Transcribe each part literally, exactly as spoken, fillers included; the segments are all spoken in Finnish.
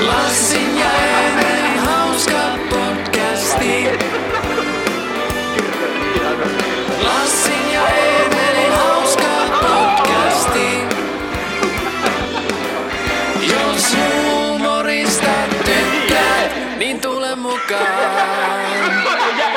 Lassin ja Eemelin hauska podcasti. Lassin ja Eemelin hauska podcasti. Jos huumorista tykkäät, niin tule mukaan.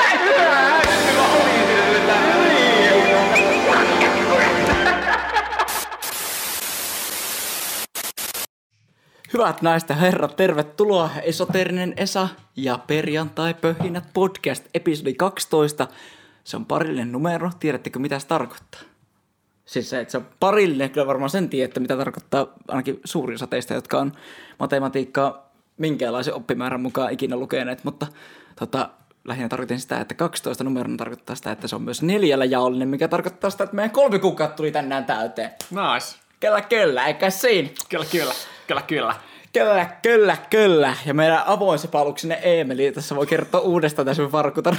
Hyvät naiset ja herrat, tervetuloa Esoteerinen Esa ja Perjantai-pöhinät podcast, episodi kaksitoista. Se on parillinen numero, tiedättekö mitä se tarkoittaa? Siis se, että se on parillinen, kyllä varmaan sen tiedätte, mitä tarkoittaa ainakin suurin osa teistä, jotka on matematiikkaa minkäänlaisen oppimäärän mukaan ikinä lukeneet, mutta tota, lähinnä tarkoitin sitä, että kaksitoista numerona tarkoittaa sitä, että se on myös neljällä jaollinen, mikä tarkoittaa sitä, että meidän kolme kuukautta tuli tänään täyteen. Nice. Kyllä, kyllä, eikä siinä. Kyllä, kyllä. Kyllä, kyllä. Kyllä, kyllä, kyllä. Ja meidän avoin sepaluksinen Eemeli tässä voi kertoa uudestaan tässä farkutar.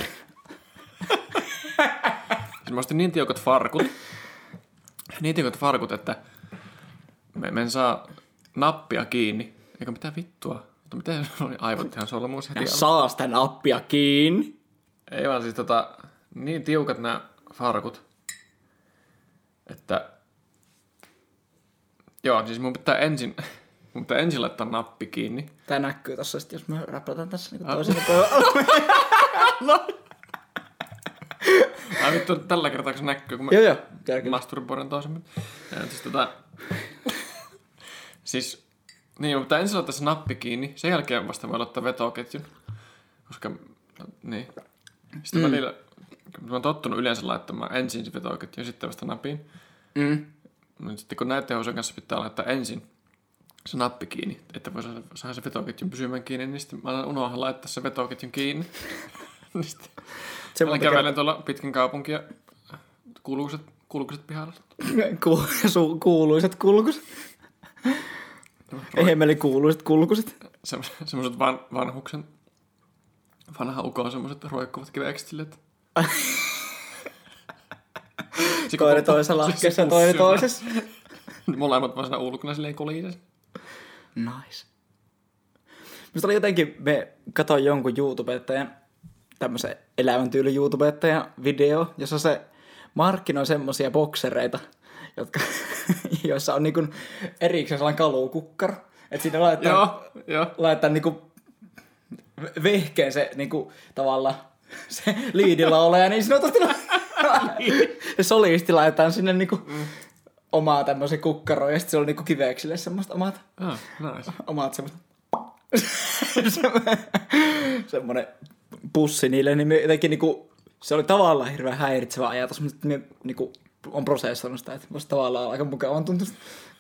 Siis mä ostin niin tiukat farkut, niin tiukat farkut, että me, me en saa nappia kiinni. Eikä mitään vittua. Mutta miten se oli aivot ihan solmuus heti? Ja saa sitä nappia kiinni. Ei vaan siis tota, niin tiukat nämä farkut, että joo, siis mun pitää ensin, mun pitää ensin laittaa nappi kiinni. Tää näkyy tossa sit, jos mä räplätän tässä niinku toisella puolella. No. Ai vittu, tällä kertaa kun se näkyy, kun mä joo, joo. Kyllä, masturboiden toisen. Ja siis tota, siis, niin mun pitää ensin laittaa se nappi kiinni, sen jälkeen vasta voi laittaa vetoketjun. Koska, no, niin. Sitten mm. välillä, mä oon tottunut yleensä laittamaan ensin se vetoketju ja sitten vasta napin. Mm. Sitten kun näiden housujen kanssa pitää laittaa ensin se nappi kiinni, että voi saada se vetoketjun pysymään kiinni, niin sitten mä unohan laittaa se vetoketjun kiinni. Sitten mä kävelen tuolla pitkin kaupunkia kuuluiset, kuuluiset pihalla. Ku, su, kuuluiset kulkuset. Eemeli kuuluiset kulkuset. Se, semmoiset van, vanhuksen, vanha ukon semmoiset roikkuvat kivekset silleen, että toinen toisessa lahkeessa ja toinen toisessa. Molemmat vaan siinä ulkona silleen kolisessa. Nice. Musta oli jotenkin, me katsoin jonkun YouTubettajan, tämmöisen elämäntyyli YouTubettajan video, jossa se markkinoi semmosia boksereita, jotka, joissa on niinku erikseen sellainen kalukukkaro. Että siinä laitetaan, joo, joo. laitetaan niinku vehkeen se niinku tavallaan se liidillä oleja, niin sanotusti se solisti laitetaan sinne niinku mm. omaa tämmöisen kukkaroon, ja sitten se on niinku kiveksille semmoista omat, ah, nice. omat semmoista semmoinen pussi niille, niin me jotenkin niinku, se oli tavallaan hirveän häiritsevä ajatus, mutta me niinku on prosessannut sitä, että musta tavallaan on aika mukavan tuntusta.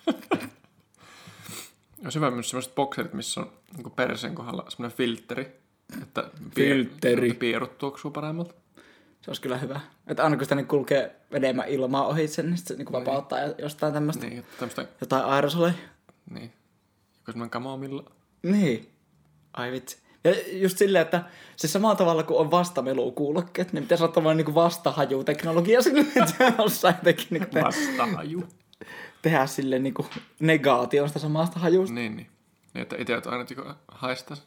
Olisi hyvä myös semmoiset bokserit, missä on niinku perseen kohdalla semmoinen filtteri, että filtteri. pierut tuoksuu paremmalta. Se olisi kyllä hyvä. Että aina kun sitä niin kulkee enemmän ilmaa ohi sen, niin se niin vapauttaa niin. Jostain tämmöistä. Niin, tämmöistä. Jotain aerosoleja. Niin. Joku semmoinen kamomilla. Niin. Ai vitsi. Ja just silleen, että se samalla tavalla kuin on vastamelukuulokkeet, niin pitäisi olla niin vastahajuteknologia silleen, että se osaa jotenkin niin te- vastahaju. Tehdä silleen niin negaation sitä samasta hajusta. Niin, niin. Niin, että itse aina niin haistaisi.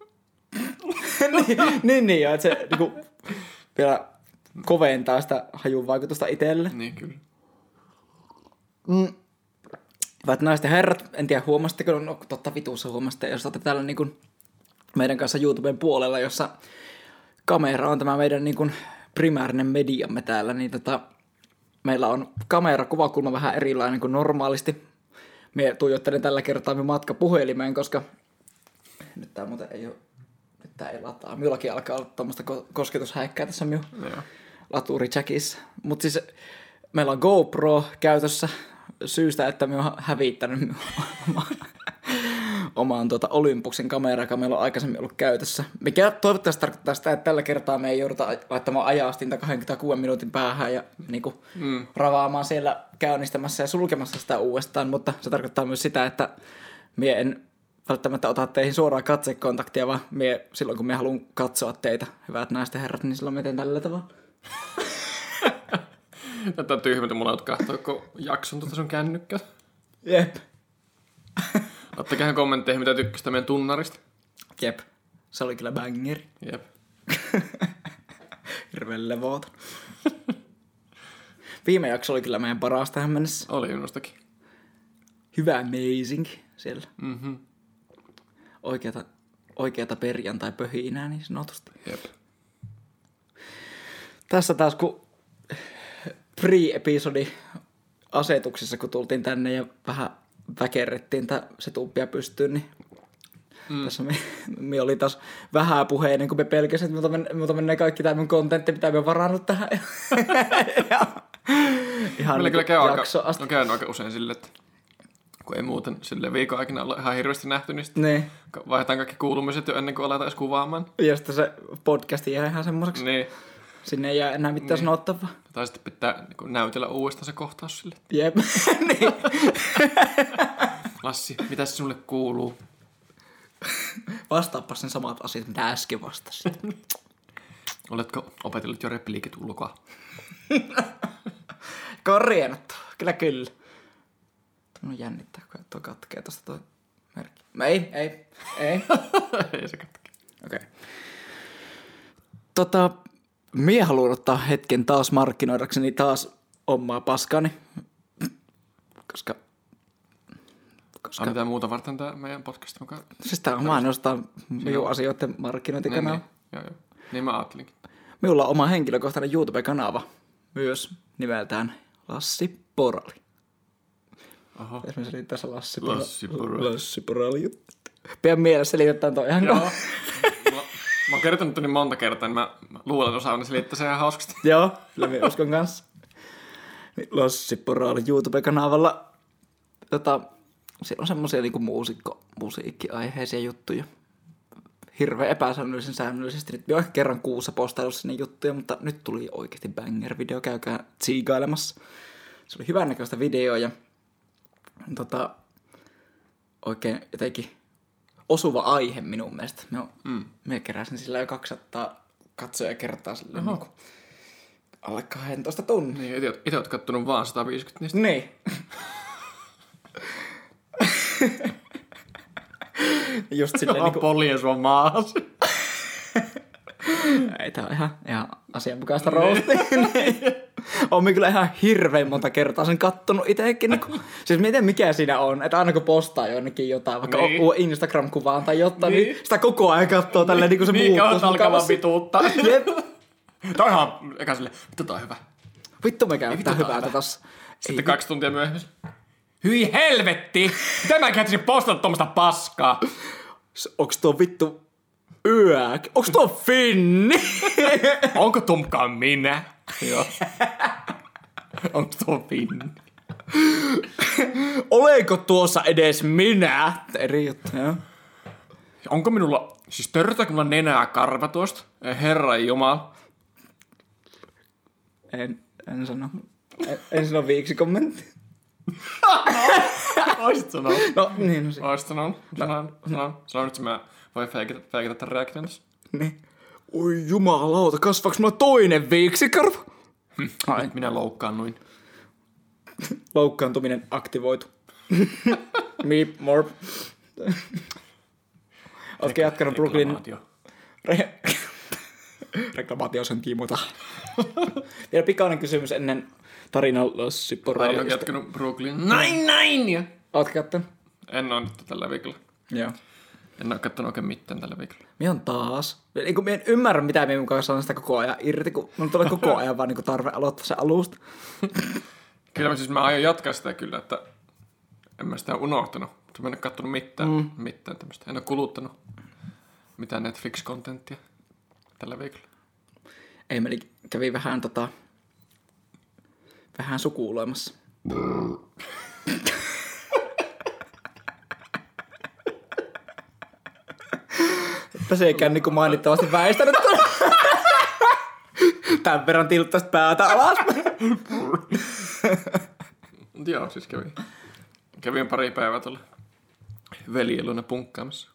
niin, niin, niin, joo, että se niin kuin, vielä koventaa sitä hajun vaikutusta itselle. Niin, kyllä. Mm. Hyvät naiset ja herrat, en tiedä huomasitteko, no totta vituussa huomasitte, jos olette täällä niin kuin meidän kanssa YouTuben puolella, jossa kamera on tämä meidän niin kuin primäärinen mediamme täällä, niin tota, meillä on kamera, kuvakulma vähän erilainen kuin normaalisti. Mie tuijottelen tällä kertaa minun matkapuhelimeen, koska nyt tää muuten ei ole, nyt tää ei lataa. Minullakin alkaa olla tommoista kosketushäikkää tässä minun laturijackissa. Mutta siis meillä on GoPro käytössä syystä, että minä olen hävittänyt minun omaan tuota Olympuksen kameraa, joka meillä on aikaisemmin ollut käytössä. Mikä toivottavasti tarkoittaa sitä, että tällä kertaa me ei jouduta laittamaan ajastinta kaksikymmentäkuuden minuutin päähän ja niinku mm. ravaamaan siellä käynnistämässä ja sulkemassa sitä uudestaan, mutta se tarkoittaa myös sitä, että mie en välttämättä ota teihin suoraan katsekontaktia, vaan mie, silloin kun mie haluan katsoa teitä, hyvät naiset ja herrat, niin silloin mie teen tällä tavalla. Tätä on tyhmältä mulla, että kahtoo koko jakson tuota sun kännykkä. Jep. Ottakaa kommentteihin, mitä tykkästä meidän tunnarista. Jep. Se oli kyllä bangeri. Jep. Hirveen levoton. Viime jakso oli kyllä meidän paras tähän mennessä. Oli minustakin. Hyvä amazing siellä. Mhm. Oikeata, oikeata perjantai-pöhinää niin sanotusti. Jep. Tässä taas kun pre-episodi asetuksissa, kun tultiin tänne ja vähän väkerrettiin tää se tuppia pystyyn, niin mm. tässä me, me oli taas vähän puheinen, kun me pelkäsin, että multa, multa menee kaikki tämä mun kontentti, mitä me on varannut tähän. ja, ihan Meillä niin kyllä käy jakso aika, asti. on käynyt aika usein silleen, että kun ei muuten silleen viikon aikana olla ihan hirveästi nähty, niin sitten Niin. vaihdetaan kaikki kuulumiset jo ennen kuin aletaan edes kuvaamaan. Ja sitten se podcast jää ihan semmoiseksi. Niin. Sinne ei jää enää mitään niin. sanottavaa. Tai sitten pitää niin näytellä uudestaan se kohtaus sille. Jep. niin. Lassi, mitä sinulle kuuluu? Vastaappa sen samat asiat, mitä äsken vastasit. Oletko opetellut jo repliikit ulkoa? Korjannut. Kyllä kyllä. Minun jännittää, kun tuo katkee tosta toi merkki. Ei, ei, ei. Ei se katke. Okei. Okay. Tota, mie haluan ottaa hetken taas markkinoidakseni taas omaa paskani. Koska... koska... On mitään muuta varten tää meidän podcast mukaan? Siis tää on ainoastaan minun asioiden markkinointikanava. Niin, niin. Joo, joo. Niin mä ajattelinkin. Minulla on oma henkilökohtainen YouTube-kanava. Myös nimeltään Lassi Porali. Oho. Esimerkiksi oli tässä Lassi Porali. Lassi Porali. Lassi Porali juttu. Pidän mielessä selitetään toi ihan Joo. mä, mä oon kertonut niin monta kertaa, niin mä, mä luulen, että osaan selittää sen ihan hauskasti. Joo, kyllä minä uskon kanssa. Lassi Porali YouTube-kanavalla. Tota, siellä on semmosia niinku muusikko, musiikkiaiheisia juttuja. Hirveän epäsäännöllisen säännöllisesti. Nyt minä olen kerran kuussa postailut sinne juttuja, mutta nyt tuli oikeasti banger-video. Käykää tsiigailemassa. Se oli hyvän näköistä videoa ja tota, oikein jotenkin osuva aihe minun mielestä. Minä, mm. minä keräsin sillä jo kaksisataa katsojakertaa sille niin kuin alle kaksitoista tunnin. Niin, itse, itse olet kattonut vaan sata viisikymmentä niistä. Niin. Just silleen niinku... Poljen sua maas. Ei, tää on ihan, ihan asianmukaista roastia. Oon kyllä ihan hirveän monta kertaa sen kattonut itekin. Niin siis miten mikä siinä on, että aina kun postaa jonnekin jotain, vaikka niin. Instagram-kuvaan tai jotain, niin. niin sitä koko ajan katsoo tälleen niin kuin se niin, muuttuu. Niin, alkaa vaan vituuttaa. Jep. Tää on ihan eka silleen, vittu tää on hyvä. Vittu me käy mitään hyvää tossa. Sitten Ei, kaksi tuntia myöhemmin. Hyi helvetti! Miten mä kähtisin postata tommoista paskaa? Onks tuo vittu yök? Onks tuo Finni? Onko Tomkaan minä? Joo. Onko tuo Finni? Olenko tuossa edes minä? Eri juttu, joo. Onko minulla, siis törtääkö minulla nenää karva tuosta? Herran jumala. En, en sano. En, en sano viiksi kommentti. No, oisit sanonut. No, niin, no si- Oisit sanonut. Sanon, sanon. Sanon nyt, mä voin feikata, feikata tämän reaktion tässä. Niin. Oi jumalauta, kasvaaks mulla toinen viiksikarva? Hm. Nyt minä loukkaannuin. Loukkaantuminen aktivoitu. Meep, morp. Ootko jatkanut Brooklyn... Reklamaatio. Re- Reklamaatio sen tiimoilta. Vielä pikainen kysymys ennen tarinan Lassi Porali. Oletko jatkanut Brooklyn? Näin, näin! Ja... Ootko kattonut? En oo nyt tällä viikolla. Joo. En oo kattonut oikein mitään tällä viikolla. Minä on taas. Niin kuin minä en ymmärrä, mitä minä mukaan saan sitä koko ajan irti, kun minun tulee koko ajan vaan niin tarve aloittaa se alusta. Kyllä mä siis mä aion jatkaa sitä kyllä, että en mä sitä unohtanut. Mutta mä en oo kattonut mitään, mm. mitään tämmöistä. En oo kuluttanut mitään Netflix-kontenttia tällä viikolla. Ei, meni kävi vähän tota... Vähän sukuuloimassa. Että se eikä niinku mainittavasti väistänyt. Tän verran tilttaisi päätä alas. Joo, siis kävin. Kävin pari päivää tuolla veljeluina punkkaamassa.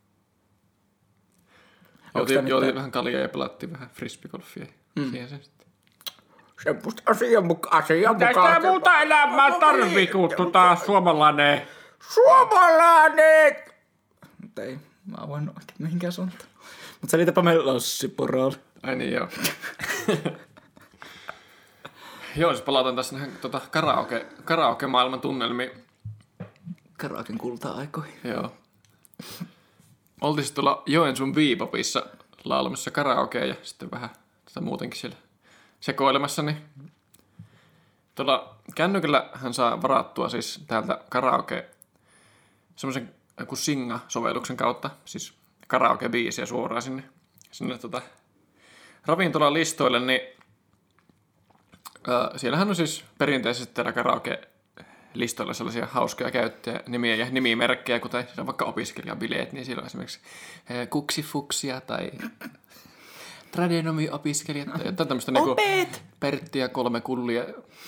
Joutiin, joutiin vähän kaljaa ja pelattiin vähän frisbeegolfia. Mm. Siihen sen sitten. Semmoista asianmukaan. Asianmukaan. Tästä muuta elämää tarvii, kun tota suomalainen suomalaiset! Mutta ei, mä oon voinut oikein mihinkään suunnata. Mutta selitäpä meille Lassi Poraali. Ai niin, joo. Joo, siis palataan tässä näihin tota, karaoke, karaoke-maailman tunnelmiin. Karaoken kulta-aikoihin. Joo. Oltiin sitten tuolla Joensuun Bebopissa laulamassa karaokea ja sitten vähän tota muutenkin siellä sekoilemassa. Niin tuolla kännykällä hän saa varattua siis täältä karaoke semmoisen kuin Singa-sovelluksen kautta, siis karaoke-biisiä suoraan sinne, sinne tota ravintolan listoille, niin äh, siellähän on siis perinteisesti täällä karaoke-listoilla sellaisia hauskoja käyttäjänimiä ja nimimerkkejä, kuten siellä on vaikka opiskelijabileet, niin siellä on esimerkiksi äh, kuksifuksia tai tradenomi-opiskelijat tai jotain tämmöistä niinku Pertti ja kolme kullia.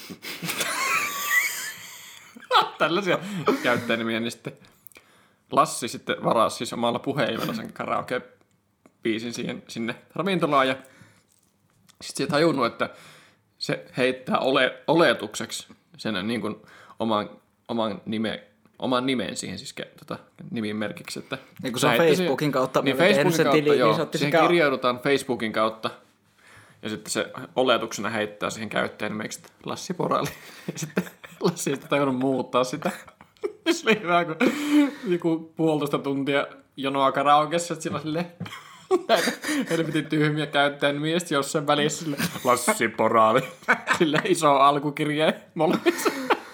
Tällaisia käyttäjänimiä, niin sitten Lassi sitten varasi siis omalla puhelimella sen karaoke-biisin siihen, sinne ravintolaan ja sitten se tajunnut, että se heittää ole, oletukseksi sen niin kuin oman, oman, nime, oman nimen siihen siis tota, nimimerkiksi. Että niin kun se on Facebookin siihen, kautta, niin Facebookin se kautta, tili, joo, niin se siihen sekä... kirjaudutaan Facebookin kautta ja sitten se oletuksena heittää siihen käyttäjänimeksi Lassi Poraali. Ja sitten Lassi ei sitten tajunnut muuttaa sitä. Se oli hyvä, kun joku puolitoista tuntia jonoa karaokessa, että sillä on silleen helvetin tyhmiä käyttäjänimiä, ja sitten jossain välissä silleen Lassi Poraali. Silleen iso alkukirja molemmissa.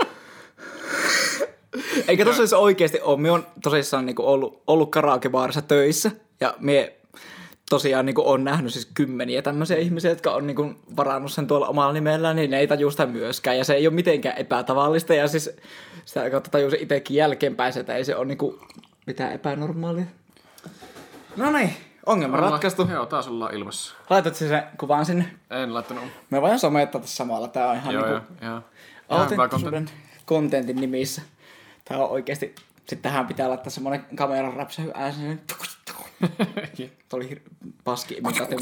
Eikä tosiaan oikeasti ole. Minä olen tosissaan niin ollut, ollut karaokebaarissa töissä, ja minä tosiaan niin olen nähnyt siis kymmeniä tämmöisiä ihmisiä, jotka on niin varannut sen tuolla omalla nimellään, niin ne ei tajua sitä myöskään, ja se ei ole mitenkään epätavallista, ja siis sitä kautta tajusin itsekin jälkeenpäin, että ei se ole niin mitään epänormaalia. No niin, ongelma ollaan, ratkaistu. Joo, taas ollaan ilmassa. Laitatko sen kuvan sinne? En laittanut. Me voidaan somettaa tässä samalla, tää on ihan joo, niinku joo, autenttisuuden kontentin nimissä. Tää on oikeesti, sit tähän pitää laittaa semmonen kameran räpsähy ääni. Tuo oli hir... paski imitaatio.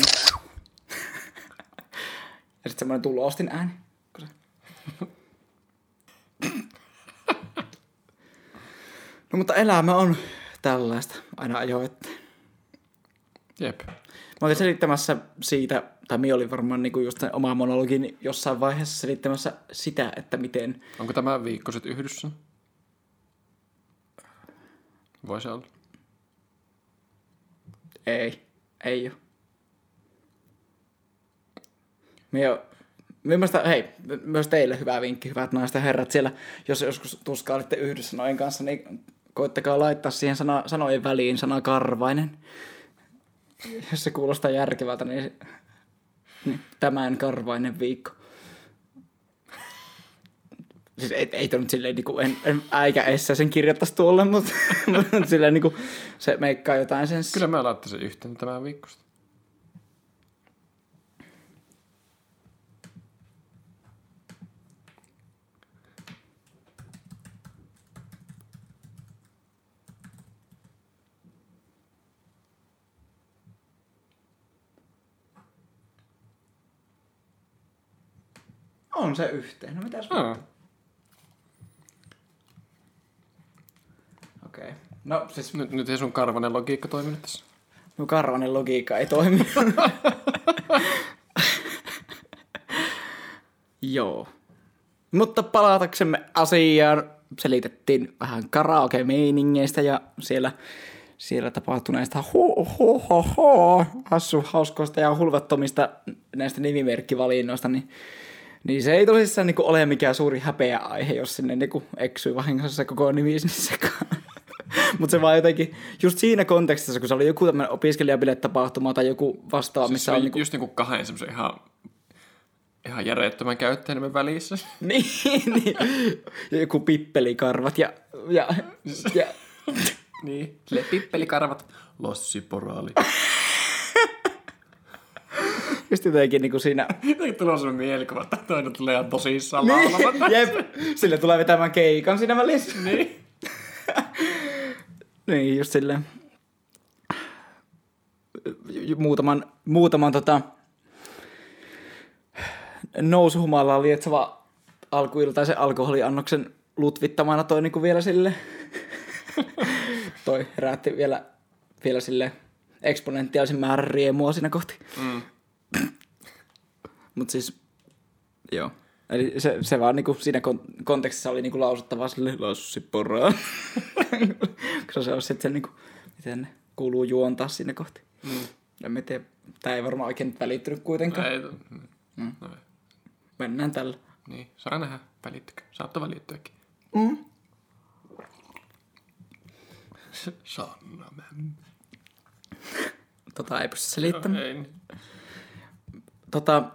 Ja sit semmonen tulostin ääni. No mutta elämä on tällaista aina ajoittain. Jep. Mä olin selittämässä siitä, tai minä olin varmaan niinku just sen oma monologin jossain vaiheessa selittämässä sitä, että miten... Onko tämä viikko sit yhdyssä? Voisi olla. Ei, ei oo. Mie Mielestäni, hei, myös teille hyvä vinkki, hyvät naiset ja herrat siellä, jos joskus tuskailitte yhdessä noin kanssa, niin koittakaa laittaa siihen sana, sanojen väliin sana karvainen. Jos se kuulostaa järkevältä, niin, niin tämän karvainen viikko. Siis ei, ei toi nyt silleen, niin kuin en, en äikä essä sen kirjoittaisi tuolle, mutta, mutta silleen niin kuin se meikkaa jotain sen. Kyllä mä laittaisin yhteen tämän viikosta. On se yhteen. No mitäs? No. Okei. Okay. No siis... Nyt, nyt ei sun karvanen logiikka toiminut tässä. No karvanen logiikka ei toimi. Joo. Mutta palataksemme asiaan. Selitettiin vähän karaoke-meiningeistä ja siellä, siellä tapahtuneista ho, ho, ho, ho, hassu, hauskoista ja hulvattomista näistä nimimerkkivalinnoista, niin Niin se ei tosissaan niinku ole mikään suuri häpeä aihe, jos sinne niinku eksyy vahingossa se koko nimi sinne sekaan. Mutta se vaan jotenkin, just siinä kontekstissa, kun se oli joku tämmöinen opiskelijabilet-tapahtuma tai joku vastaava, siis missä on... niinku... Just niinku kahden semmoisen ihan, ihan järjettömän käyttäjän välissä. niin, niin. Ja joku pippelikarvat ja... ja, ja... niin, pippelikarvat. Lassi Poraali. Just jotenkin niinku siinä... Jotenkin tulee semmoinen mielikuva, että toinen tulee ihan tosissaan laulamaan. Jep, sille tulee vetämään keikan siinä välissä. Niin. Niin, just silleen. Muutaman, muutaman tota... nousuhumallaan lietsova alkuiltaisen alkoholiannoksen lutvittamana toi niinku vielä silleen... Toi herätti vielä, vielä silleen eksponentiaalisen määrän riemua siinä kohti. Mm. Mut siis, joo. Eli se, se vaan niinku siinä kon- kontekstissa oli niinku lausuttavaa silleen lassi poraa. Koska se on sitten niinku, miten ne kuuluu juontaa sinne kohti. Mm. En mä tiedä, tää ei varmaan oikein nyt välittynyt kuitenkaan. Ei, mm. no, Mennään tällä. niin, saa nähdä, välittykö. Saattaa välittyäkin. Mm. Sanna mämmä. Tota ei pysty selittämään. No, ei niin. Tota,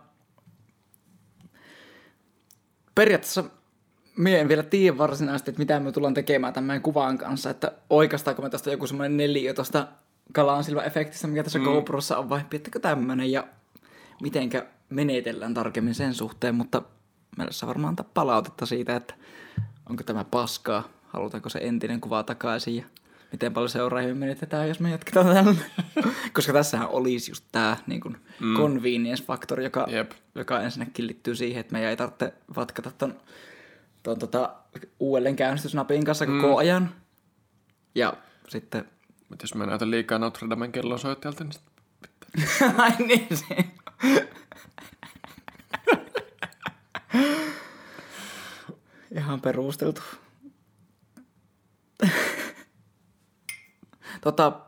periaatteessa mie en vielä tiedä varsinaisesti, että mitä me tullaan tekemään tämän meidän kuvan kanssa, että oikeastaanko me tästä joku semmoinen neliö tuosta kalansilmä-efektistä, mikä tässä mm. GoProssa on, vai pitäkö tämmönen ja mitenkä menetellään tarkemmin sen suhteen, mutta meillä saa varmaan antaa palautetta siitä, että onko tämä paskaa, halutaanko se entinen kuva takaisin ja miten paljon seuraajia menetetään, jos me jatketaan tällä. Koska tässähän olisi just tää niin kuin mm. convenience-faktori, joka, joka ensinnäkin liittyy siihen, että meidän ei tarvitse vatkata ton, ton tota, uudelleen käynnistysnapin kanssa koko mm. ajan. Ja sitten... Mutta jos mä näytän liikaa Notre Damen kellonsoittajalta, niin sitten pitää. Ai niin se. Ihan perusteltu. Tota,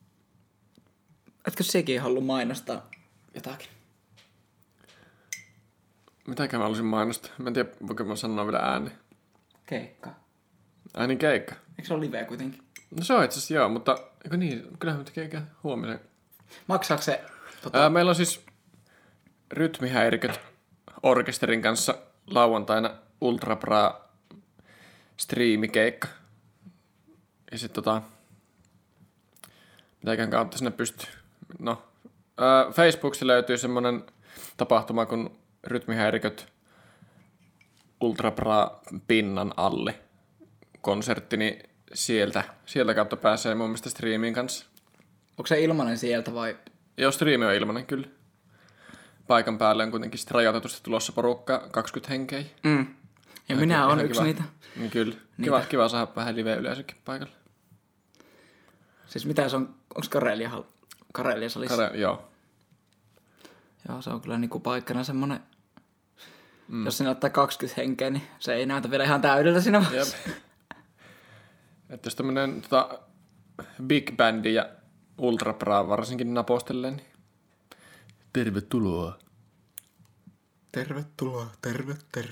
etkö sekin halua mainostaa jotakin? Mitäkään mä haluaisin mainostaa? Mä en tiedä, voinko mä sanoa vielä ääni. Keikka. Ääni keikka. Eikö se ole live kuitenkin? No se on itse asiassa joo, mutta eikö niin, kyllähän me tekee huominen. Maksaako se? Tota... Ää, meillä on siis rytmihäiriköt orkesterin kanssa lauantaina Ultra Bra striimikeikka. Ja sit tota... Mitäkään kautta sinne pystyy. No, ää, Facebookissa löytyy semmonen tapahtuma kuin rytmihäiriköt Ultra Bra pinnan alle konsertti, niin sieltä, sieltä kautta pääsee mun mielestä striimiin kanssa. Onko se ilmanen sieltä vai? Joo, striimi on ilmanen kyllä. Paikan päälle on kuitenkin sitten rajoitetusti tulossa porukka, kaksikymmentä henkeä. Mm. Ja ihan minä olen yksi kiva. niitä. Niin kyllä. Kiva, kiva saada vähän live-yleisökin paikalle. Siis mitä se on, onko Karelia, hal... Karelia salissa? Kare, joo. Joo, se on kyllä niinku paikkana semmonen, mm. jos sinä ottaa kaksikymmentä henkeä, niin se ei näytä vielä ihan täydeltä siinä vaiheessa. Että jos tämmönen tota, big bandi ja Ultra Bra varsinkin napostelee, niin tervetuloa. Tervetuloa, terve, terve.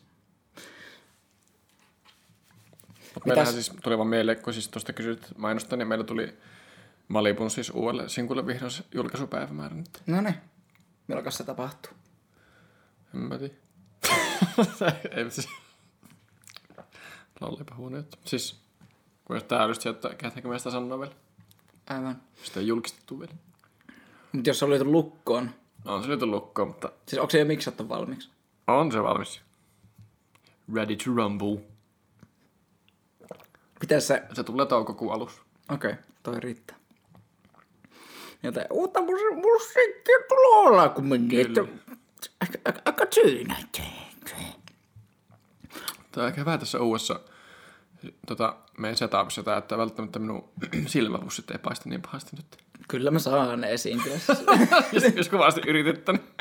Meillähän siis tuli vaan mieleen, kun siis tuosta kysyt mainosta, niin meillä tuli Malibun siis uudelle sinkulle vihdoin julkaisupäivämäärä nyt. No niin, milloin se tapahtuu? En mä tiedä. Ei siis. Lollipa huono juttu. Siis, kun jos tää olisi sieltä, kehtäkö me sitä sanoa vielä? Aivan. Sitä ei julkistettu vielä. Mutta jos se on lyöty lukkoon. On se lyöty lukkoon, mutta... Siis onko se jo miksattu valmiiksi? On se valmis. Ready to rumble. Miten se... Se tulee toukokuun alussa. Okei, okay, toi riittää. Joten uutta mus- musiikkia tulee olla, kun meni, että... Aika tyynä. Tämä on aika hyvä tässä uudessa tota, meidän setupissa, tää, että välttämättä minun silmäpussit ei paista niin pahasti nyt. Kyllä mä saan ne esiintyä. jos, jos kovasti yritettä, niin...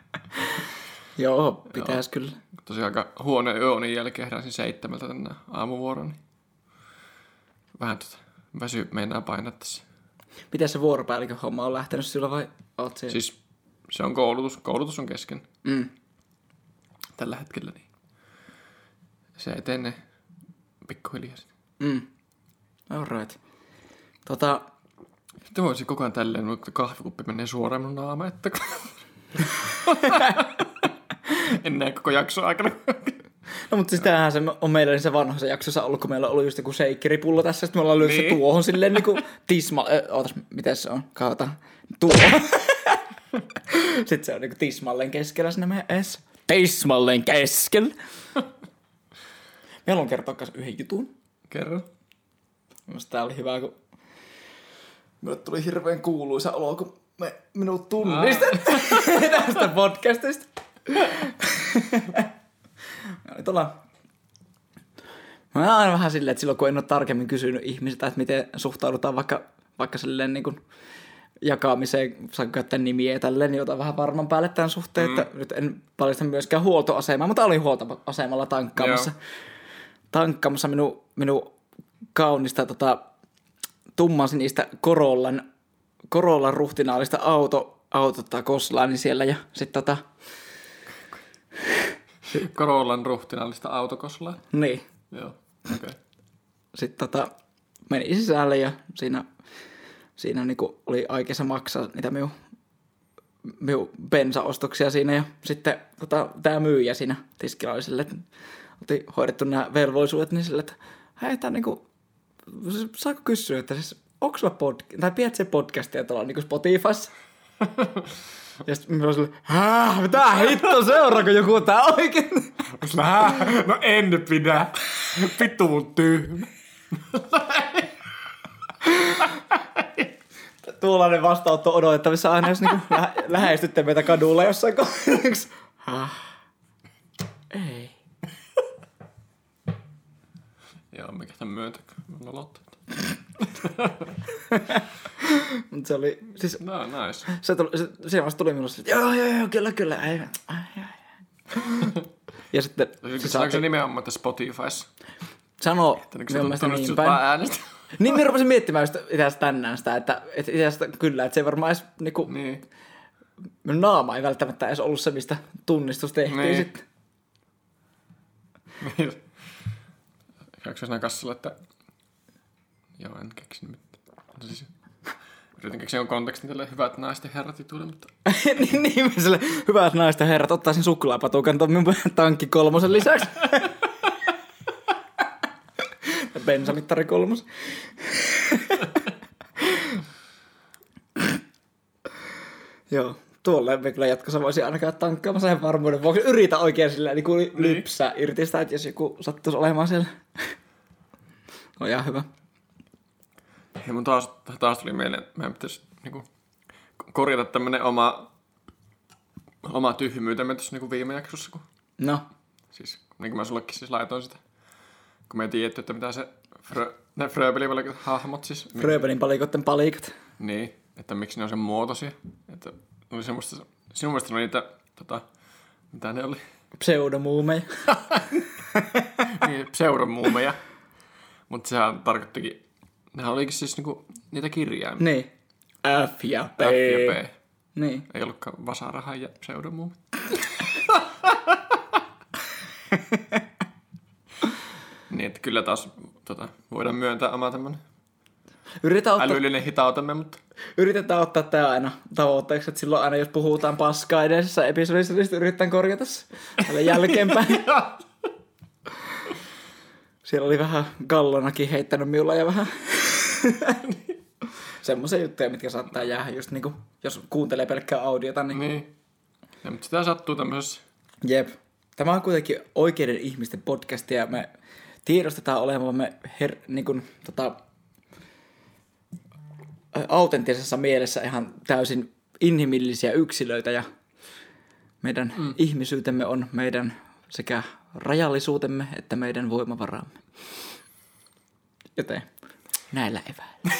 Joo, pitäis kyllä. Tosiaan aika huono yöunin jälkeen heräsin seitsemältä tänne aamuvuoroon. Niin vähän tota väsy meinaa painaa tässä. Miten se vuoropäällikön homma on lähtenyt sillä vai oot se? Siis se on koulutus. Koulutus on kesken. Mm. Tällä hetkellä niin. Se etenee pikkuhiljaa. Mm. All right. Tota... Sitten voisi koko ajan tälleen, mutta kahvikuppi menee suoraan mun naama, että... en näe koko jakson aikana. No mutta siis tämähän se on meillä niin se vanhassa jaksossa ollut, kun meillä on ollut just joku seikkeripullo tässä, sitten me ollaan lyönyt niin. se tuohon silleen niinku tisma... Ö, ootas, miten se on? Kautta. Tuohon. Sitten se on niinku tismalleen keskellä sinne meidän eessä. Tismalleen keskellä. Me haluan kertoa myös yhden jutun. Kerro. Mielestäni tää oli hyvä, kun minulle tuli hirveän kuuluisa olo, kun me minut tunnistettiin tästä podcastista. Me oli tuolla, Mä oon aina vähän silleen, että silloin kun en ole tarkemmin kysynyt ihmisiltä, että miten suhtaudutaan vaikka, vaikka silleen niin kuin jakamiseen, saa käyttää nimiä ja tälleen, niin otan vähän varman päälle tämän suhteen, mm. että nyt en paljasta myöskään huoltoasemaa, mutta olin huoltoasemalla tankkaamassa. Joo. Tankkaamassa minun, minun kaunista tota, tummansinistä Corollan, Corollan ruhtinaalista auto, autottaa Koslaani siellä ja sitten tota... Corollan ruhtinaalista autokoslaa? Niin. Joo, okei. Okay. Sitten tota, meni sisälle ja siinä, siinä niinku oli aikeissa maksaa niitä minun, minun bensaostoksia siinä. Ja sitten tota, tämä myyjä siinä tiskillä oli silleen, että oltiin hoidettu nämä velvollisuudet, niin silleen, että hei, tää niinku, saako kysyä, että siis onko sulla podcast, tai pidät se podcastia tuolla niinku Spotifyssa? Ja sitten mä olin silleen, hää, mitä hitto, seuraako joku tää oikein? No en pidä. Vittu mun tyhmä. Tuollainen vastaanotto odotettavissa aina, jos niinku lä- lähestytte meitä kadulla jossain kohdassa. Ei. Joo, mikä tämän myötä, kun on nolottanut. Mutta se oli, siis... No, nice. Se tuli, se, siinä vasta tuli minulle että joo, joo, joo, kyllä, kyllä. Ei, ai, ai. Ja sitten... Se saako se nimenomaan, että Spotifys? Sano minun mielestä niin päin. Äänestä. Niin, minä rupesin miettimään just itse asiassa tänään sitä, että et itse asiassa kyllä, että se ei varmaan edes niinku... Niin. Minun naama ei välttämättä edes ollut se, mistä tunnistus tehtiin niin. Sitten. Niin. Käykö se siinä kassalla, että... Joo, en keksi mitään. Siis... Yritän keksiä on kontekstin tälle hyvät naisten herrat jutuille, mutta... niin, niin, sille hyvät naisten herrat, ottaisin suklaapatukan tuon minun tankki kolmosen lisäksi. Bensamittari kolmos. Joo, tuolle me kyllä jatkossa voisi aina käydä tankkaamassa sen varmuuden vuoksi. Yritä oikein silleen niin kuin lypsää irti sitä, että jos joku sattuisi olemaan siellä. On ihan hyvä. Ja mun taas, taas tuli mieleen, että meidän pitäisi niinku korjata tämmönen oma, oma tyhmyytemme tässä niinku viime jaksossa. Kun, no. Siis, niin kuin mä sullekin siis laitoin sitä. Kun me ei tiedetty, että mitä se frö, ne Fröbelin palikot hahmot siis. Fröbelin palikotten palikat. Niin, että miksi ne on sen muotoisia. Että oli semmoista, sinun mielestä oli niitä, tota, mitä ne oli? Pseudomuumeja. niin, pseudomuumeja. Mutta sehän tarkoittikin, nehän olikin siis niinku niitä kirjaimia. Niin. F ja P. F ja P. Niin. Ei ollutkaan vasaraha ja pseudomuumi. Niin, että kyllä taas tota, voidaan myöntää oma tämmönen ottaa, älyllinen hitautemme, mutta... Yritetään ottaa tää aina tavoitteeksi, että silloin aina jos puhutaan paskaa edellisessä episodissa, niin yritetään korjata se jälkeenpäin. Siellä oli vähän Gallonakin heittänyt minulla ja vähän semmoisia juttuja, mitkä saattaa jäädä just niinku, jos kuuntelee pelkkää audiota. Niin, niin. Ja, mutta sitä sattuu tämmöisessä. Jep. Tämä on kuitenkin oikeiden ihmisten podcast ja me tiedostetaan olevamme her, niin kuin, tota, autenttisessa mielessä ihan täysin inhimillisiä yksilöitä ja meidän mm. ihmisyytemme on meidän sekä rajallisuutemme että meidän voimavaramme. Joten näillä eväillä.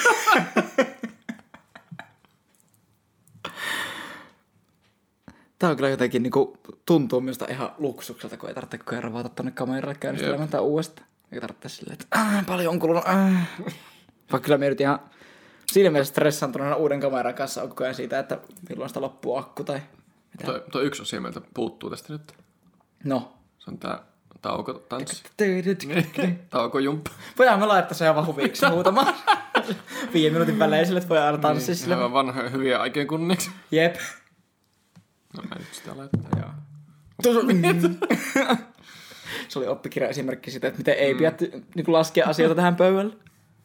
Tämä on kyllä jotenkin niinku, tuntuu minusta ihan luksukselta, kun ei tarvitse kerran vaata tuonne kameralle käynnistelemään tämä uudestaan. Ei tarvitse silleen, että äh, paljon on kulunut. Äh. Vaikka kyllä minä nyt ihan siinä mielessä stressaantuneena uuden kameran kanssa on koko ajan siitä, että milloin sitä loppuu akku tai mitä. Tuo, tuo yksi asia meiltä puuttuu tästä nyt. No. Se on tää taukotanssi. Niin. Taukojumppa. Voidaan me laittaa se ihan huviksi muutamaan. Viiden minuutin välein sille, että voi aina tanssia sille. Ihan vanhoja hyviä aikeen kunneksi. Jep. No mä nyt sitä laittaa. Joo. Se oli oppikirja-esimerkki siitä, että miten ei mm. pidä niin laskea asioita tähän pöydälle.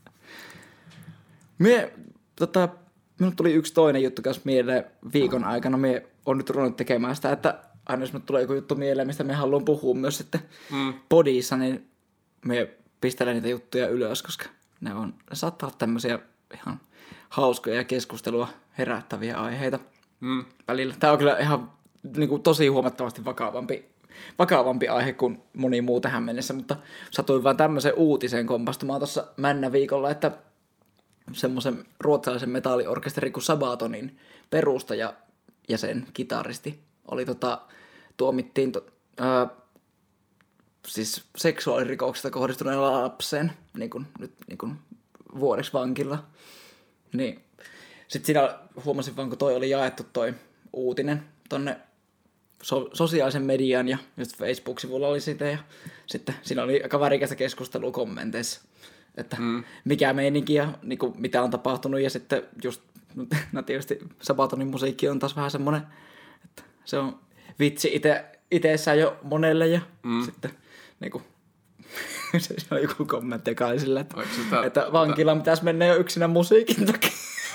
Mie, tota, minun tuli yksi toinen juttu kanssa mieleen viikon aikana. Mie on nyt ruvennut tekemään sitä, että aina jos minut tulee joku juttu mieleen, mistä me haluan puhua myös sitten mm. podissa, niin me pistelen niitä juttuja ylös, koska ne, on, ne saattaa olla tämmöisiä ihan hauskoja ja keskustelua herättäviä aiheita mm. välillä. Tämä on kyllä ihan niin kuin, tosi huomattavasti vakavampi vakavampi aihe kuin moni muu tähän mennessä, mutta satuin vaan tämmöisen uutiseen kompastumaan tuossa männä viikolla, että semmoisen ruotsalaisen metalliorkesterin kuin Sabatonin perustaja ja sen kitaristi oli tota, tuomittiin to, ää, siis seksuaalirikoksesta kohdistuneella lapseen niin kuin, nyt niin kuin vuodeksi vankilla. Niin. Sitten siinä huomasin vaan, kun toi oli jaettu toi uutinen tonne so- sosiaalisen median ja just Facebook-sivulla oli sitä ja sitten siinä oli aika värikästä keskustelua kommenteissa, että mm. mikä meininki ja niin kuin, mitä on tapahtunut ja sitten just, no tietysti Sabatonin musiikki on taas vähän semmoinen, että se on vitsi ite, iteessään jo monelle ja mm. sitten niin kuin, se on joku kommentti kai sillä, että, sitä, että vankilaan pitäisi mennä jo yksinä musiikin takia.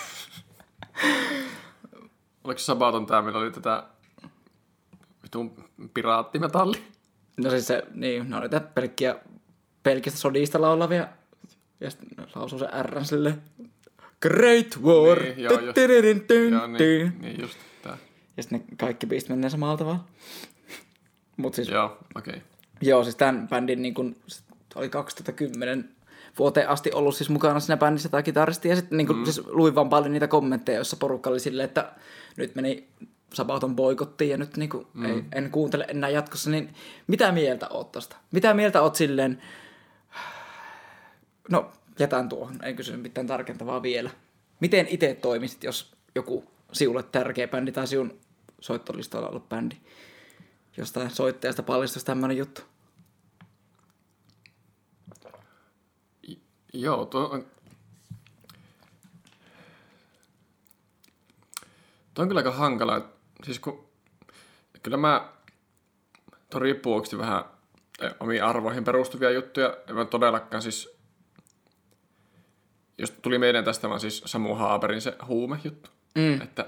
Oliko se Sabaton tää, millä oli tätä vitun piraattimetalli? No siis se, niin, ne oli tätä pelkkiä, pelkistä sodista laulavia, ja sitten lausuu se R silleen, Great War, niin, joo, just, joo, niin, niin just tää. Ja sitten ne kaikki biisit menee samalla tavalla. Mut siis, joo, okei. Okay. Joo, siis tämän bändin niin kun, oli kaksituhattakymmenen vuoteen asti ollut siis mukana siinä bändissä tai kitaristi, ja sitten niin kun, mm. siis luin vaan paljon niitä kommentteja, joissa porukka oli silleen, että nyt meni Sabaton boikottiin ja nyt niin kun, mm. ei, en kuuntele enää jatkossa, niin mitä mieltä oot tosta? Mitä mieltä oot silleen, no jätän tuohon, en kysy mitään tarkentavaa vielä. Miten itse toimisit, jos joku siulle tärkeä bändi tai siun soittolistoilla ollut bändi, jostain soittajasta paljastuisi tämmöinen juttu? Joo, tuo on, tuo on kyllä aika hankala. Siis kun, kyllä mä, tuo riippuu oikeasti vähän omiin arvoihin perustuvia juttuja. En mä todellakaan siis, jos tuli meidän tästä vaan siis Samu Haaberin se huumejuttu. Mm. Että,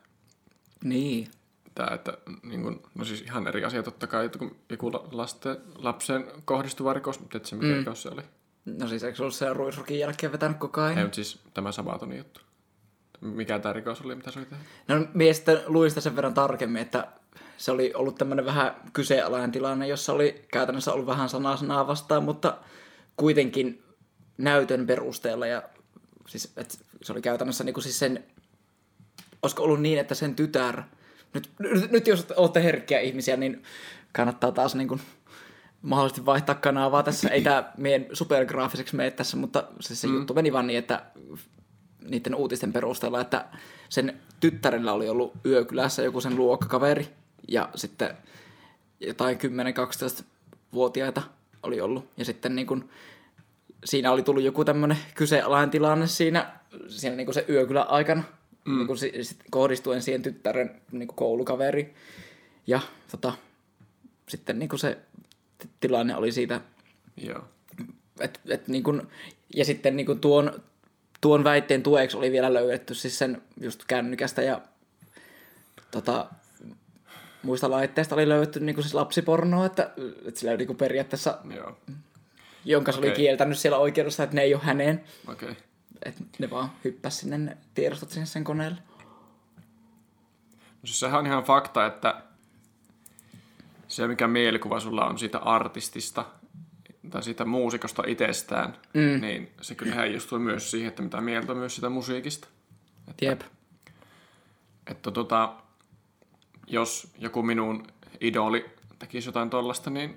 niin. Tää, että niin kun, no siis ihan eri asia totta kai, että kun joku lasten, lapseen kohdistuva rikos, mutta et se mikä mm. rikos se oli. No siis eikö se ollut se Ruisrokin jälkeen vetänyt koko ajan? Ei, mutta siis tämä Sabatonin juttu. Mikä tämä rikos oli, mitä se oli tehnyt? No mie sitten luin sitä sen verran tarkemmin, että se oli ollut tämmöinen vähän kyseenalainen tilanne, jossa oli käytännössä ollut vähän sanaa sanaa vastaan, mutta kuitenkin näytön perusteella. Ja siis, että se oli käytännössä niin kuin siis sen, olisiko ollut niin, että sen tytär, nyt, nyt, nyt jos olette herkkiä ihmisiä, niin kannattaa taas niin kuin mahdollisesti vaihtaa kanavaa tässä. Ei tämä meidän supergraafiseksi mene tässä, mutta siis se mm. juttu meni vaan niin, että niiden uutisten perusteella, että sen tyttärellä oli ollut yökylässä joku sen luokkakaveri ja sitten jotain kymmenen-kaksitoista-vuotiaita oli ollut. Ja sitten niin kun, siinä oli tullut joku tämmöinen kyseenalainen tilanne siinä, siinä niin kun se yökylän aikana, mm. niin kun sit kohdistuen siihen tyttären niin kun koulukaveriin. Ja tota, sitten niin kun se tilanne oli siitä, joo. Et, et niin kun, ja sitten niin kun tuon, tuon väitteen tueksi oli vielä löydetty siis sen just kännykästä ja tota, muista laitteista oli löydetty niin siis lapsipornoa, että, että sillä oli niin periaatteessa, joo. jonka se okay. oli kieltänyt siellä oikeudessa, että ne ei ole häneen. Okay. Että ne vaan hyppäsi sinne ne tiedostot sinne sen koneelle. No siis sehän on ihan fakta, että se mikä mielikuva sulla on siitä artistista tai siitä muusikosta itsestään, mm. niin se kyllä heijastuu myös siihen, että mitä mieltä on myös sitä musiikista. Että, Jep. Että tota, jos joku minun idoli tekisi jotain tollasta, niin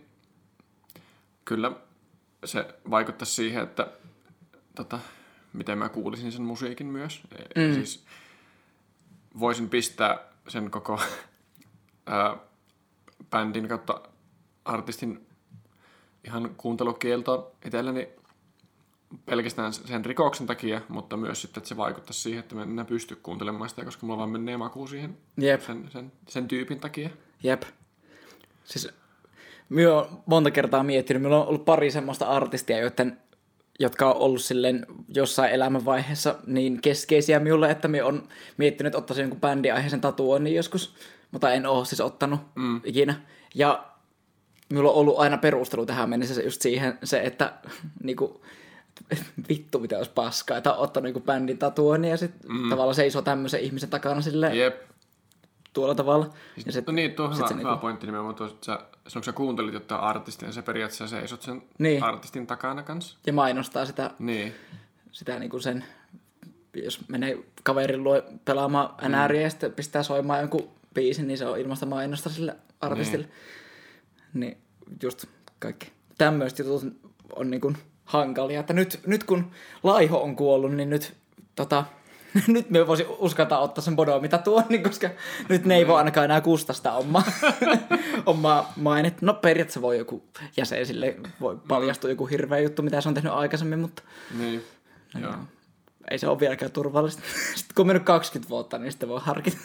kyllä se vaikuttaisi siihen, että tota, miten mä kuulisin sen musiikin myös. Mm. Siis voisin pistää sen koko ää, bändin kautta artistin ihan kuuntelukieltoon itselleni pelkästään sen rikoksen takia, mutta myös sitten, että se vaikuttaisi siihen, että mä en enää pysty kuuntelemaan sitä, koska mulla vaan menee maku siihen sen, sen, sen tyypin takia. Jep. Siis minä olen monta kertaa miettinyt, minulla on ollut pari semmoista artistia, joiden, jotka on ollut silleen jossain elämänvaiheessa niin keskeisiä minulle, että minä olen miettinyt, että ottaisin jonkun bändiaiheisen tatuoinnin joskus, mutta en ole siis ottanut mm. ikinä. Ja minulla on ollut aina perustelu tähän mennessä just siihen se, että niinku, vittu mitä olisi paskaa, että on ottanut joku bändin tatuoinnin ja sitten mm. tavallaan seisoo tämmöisen ihmisen takana silleen Jep. tuolla tavalla. Ja sit, no niin, tuo on hyvä, se hyvä niinku... pointti nimenomaan tuo, että sä, silloin kun sä kuuntelit jotain artistia, niin sä periaatteessa seisot sen niin. artistin takana kanssa. Ja mainostaa sitä, niin. sitä niinku sen, jos menee kaverin luo pelaamaan N R ja sitten pistää soimaan jonkun biisin, niin se on ilmasta mainosta sille artistille. Niin, niin just kaikki tämmöiset jutut on niinku hankalia. Että nyt, nyt kun Laiho on kuollut, niin nyt tota... Nyt me voisin uskaltaa ottaa sen Bodo, mitä tuon, niin koska nyt ne ei voi ainakaan enää kustasta omaa, omaa mainetta. No periaatteessa voi joku jäsen sille, voi paljastua joku hirveä juttu, mitä se on tehnyt aikaisemmin, mutta niin. no, Joo. Ei se ole vieläkään turvallista. Sitten kun on mennyt kaksikymmentä vuotta, niin sitten voi harkita.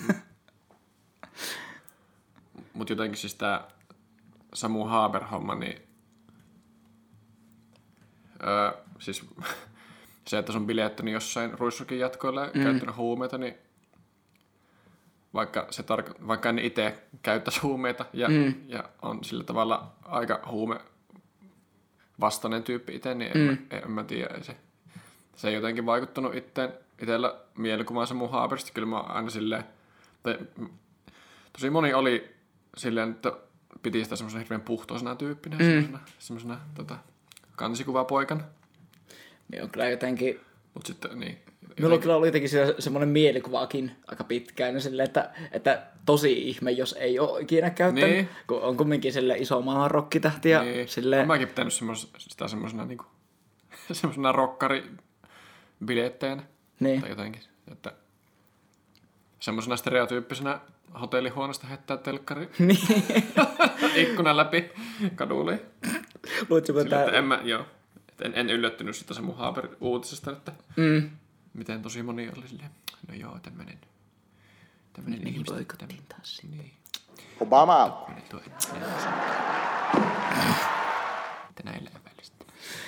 Mutta jotenkin siis tää Samu Haber-homma, niin öö, siis... Se, että sun bileettäni jossain ruissukin jatkoilla ja mm. käyttänyt huumeita, niin vaikka, se tarko- vaikka en itse käyttäisi huumeita ja, mm. ja on sillä tavalla aika huume vastainen tyyppi itse, niin en, mm. en, en mä tiedä. Se, se ei jotenkin vaikuttanut itteen, itsellä mielikuvaansa mun Haberista. Kyllä mä aina silleen, tai, tosi moni oli silleen, että piti sitä semmoisena hirveän puhtoisena tyyppinä, mm. semmoisena, semmoisena tota, kansikuvapoikana. Niin on kyllä jotenkin... Mut sitten, niin. Minulla on kyllä ollut jotenkin semmoinen mielikuvaakin aika pitkään, silleen, että, että tosi ihme, jos ei ole ikinä käyttänyt, niin. Kun on kumminkin sille iso maan rokkitähti. Ja niin. sille... Olen mäkin pitänyt semmos, sitä semmoisena niinku, semmosena rokkaribiletteenä. Niin. Tai jotenkin, että semmosena stereotyyppisenä hotellihuoneesta heittää telkkari niin. ikkunan läpi kadulle. Luitko Sille, tää... että en mä, joo. En, en yllättynyt sitä Samu Haber-uutisesta, että mm. miten tosi moni oli silleen, no joo, tämmönen, tämmönen niin, ihmistä. Niin boikottiin taas siitä. Niin. Obama! Että näillä välistä.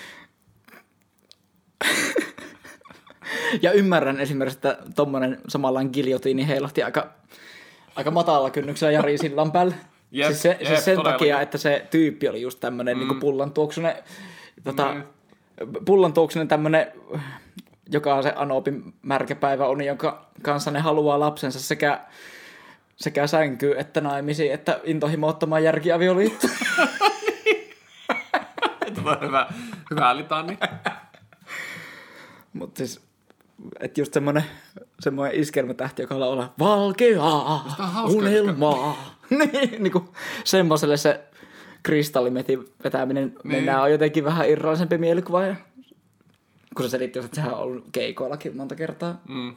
Ja ymmärrän esimerkiksi, että tommonen samanlainen giljotiini heilahti aika, aika matalalla kynnyksellä Jari sillan päällä. Jep, siis se, jep, siis sen todellakin. takia, että se tyyppi oli just tämmönen mm. niin pullan tuoksunen, tota, mm. pullan tuoksunen tämmönen, joka on se Anopin märkäpäivä on, jonka kanssa ne haluaa lapsensa sekä, sekä sänkyy että naimisiin, että intohimoottomaan järkiavioliitto. Tämä on hyvä, hyvä litani. Mutta siis, että just semmoinen, semmoinen iskelmätähti, joka on olla valkeaa, unelmaa. niin, niin kuin semmoiselle se kristallimetin vetäminen niin. Mennään on jotenkin vähän irrallisempi mielikuva. Ja, kun se selitti, että sehän on ollut keikoillakin monta kertaa. Mm.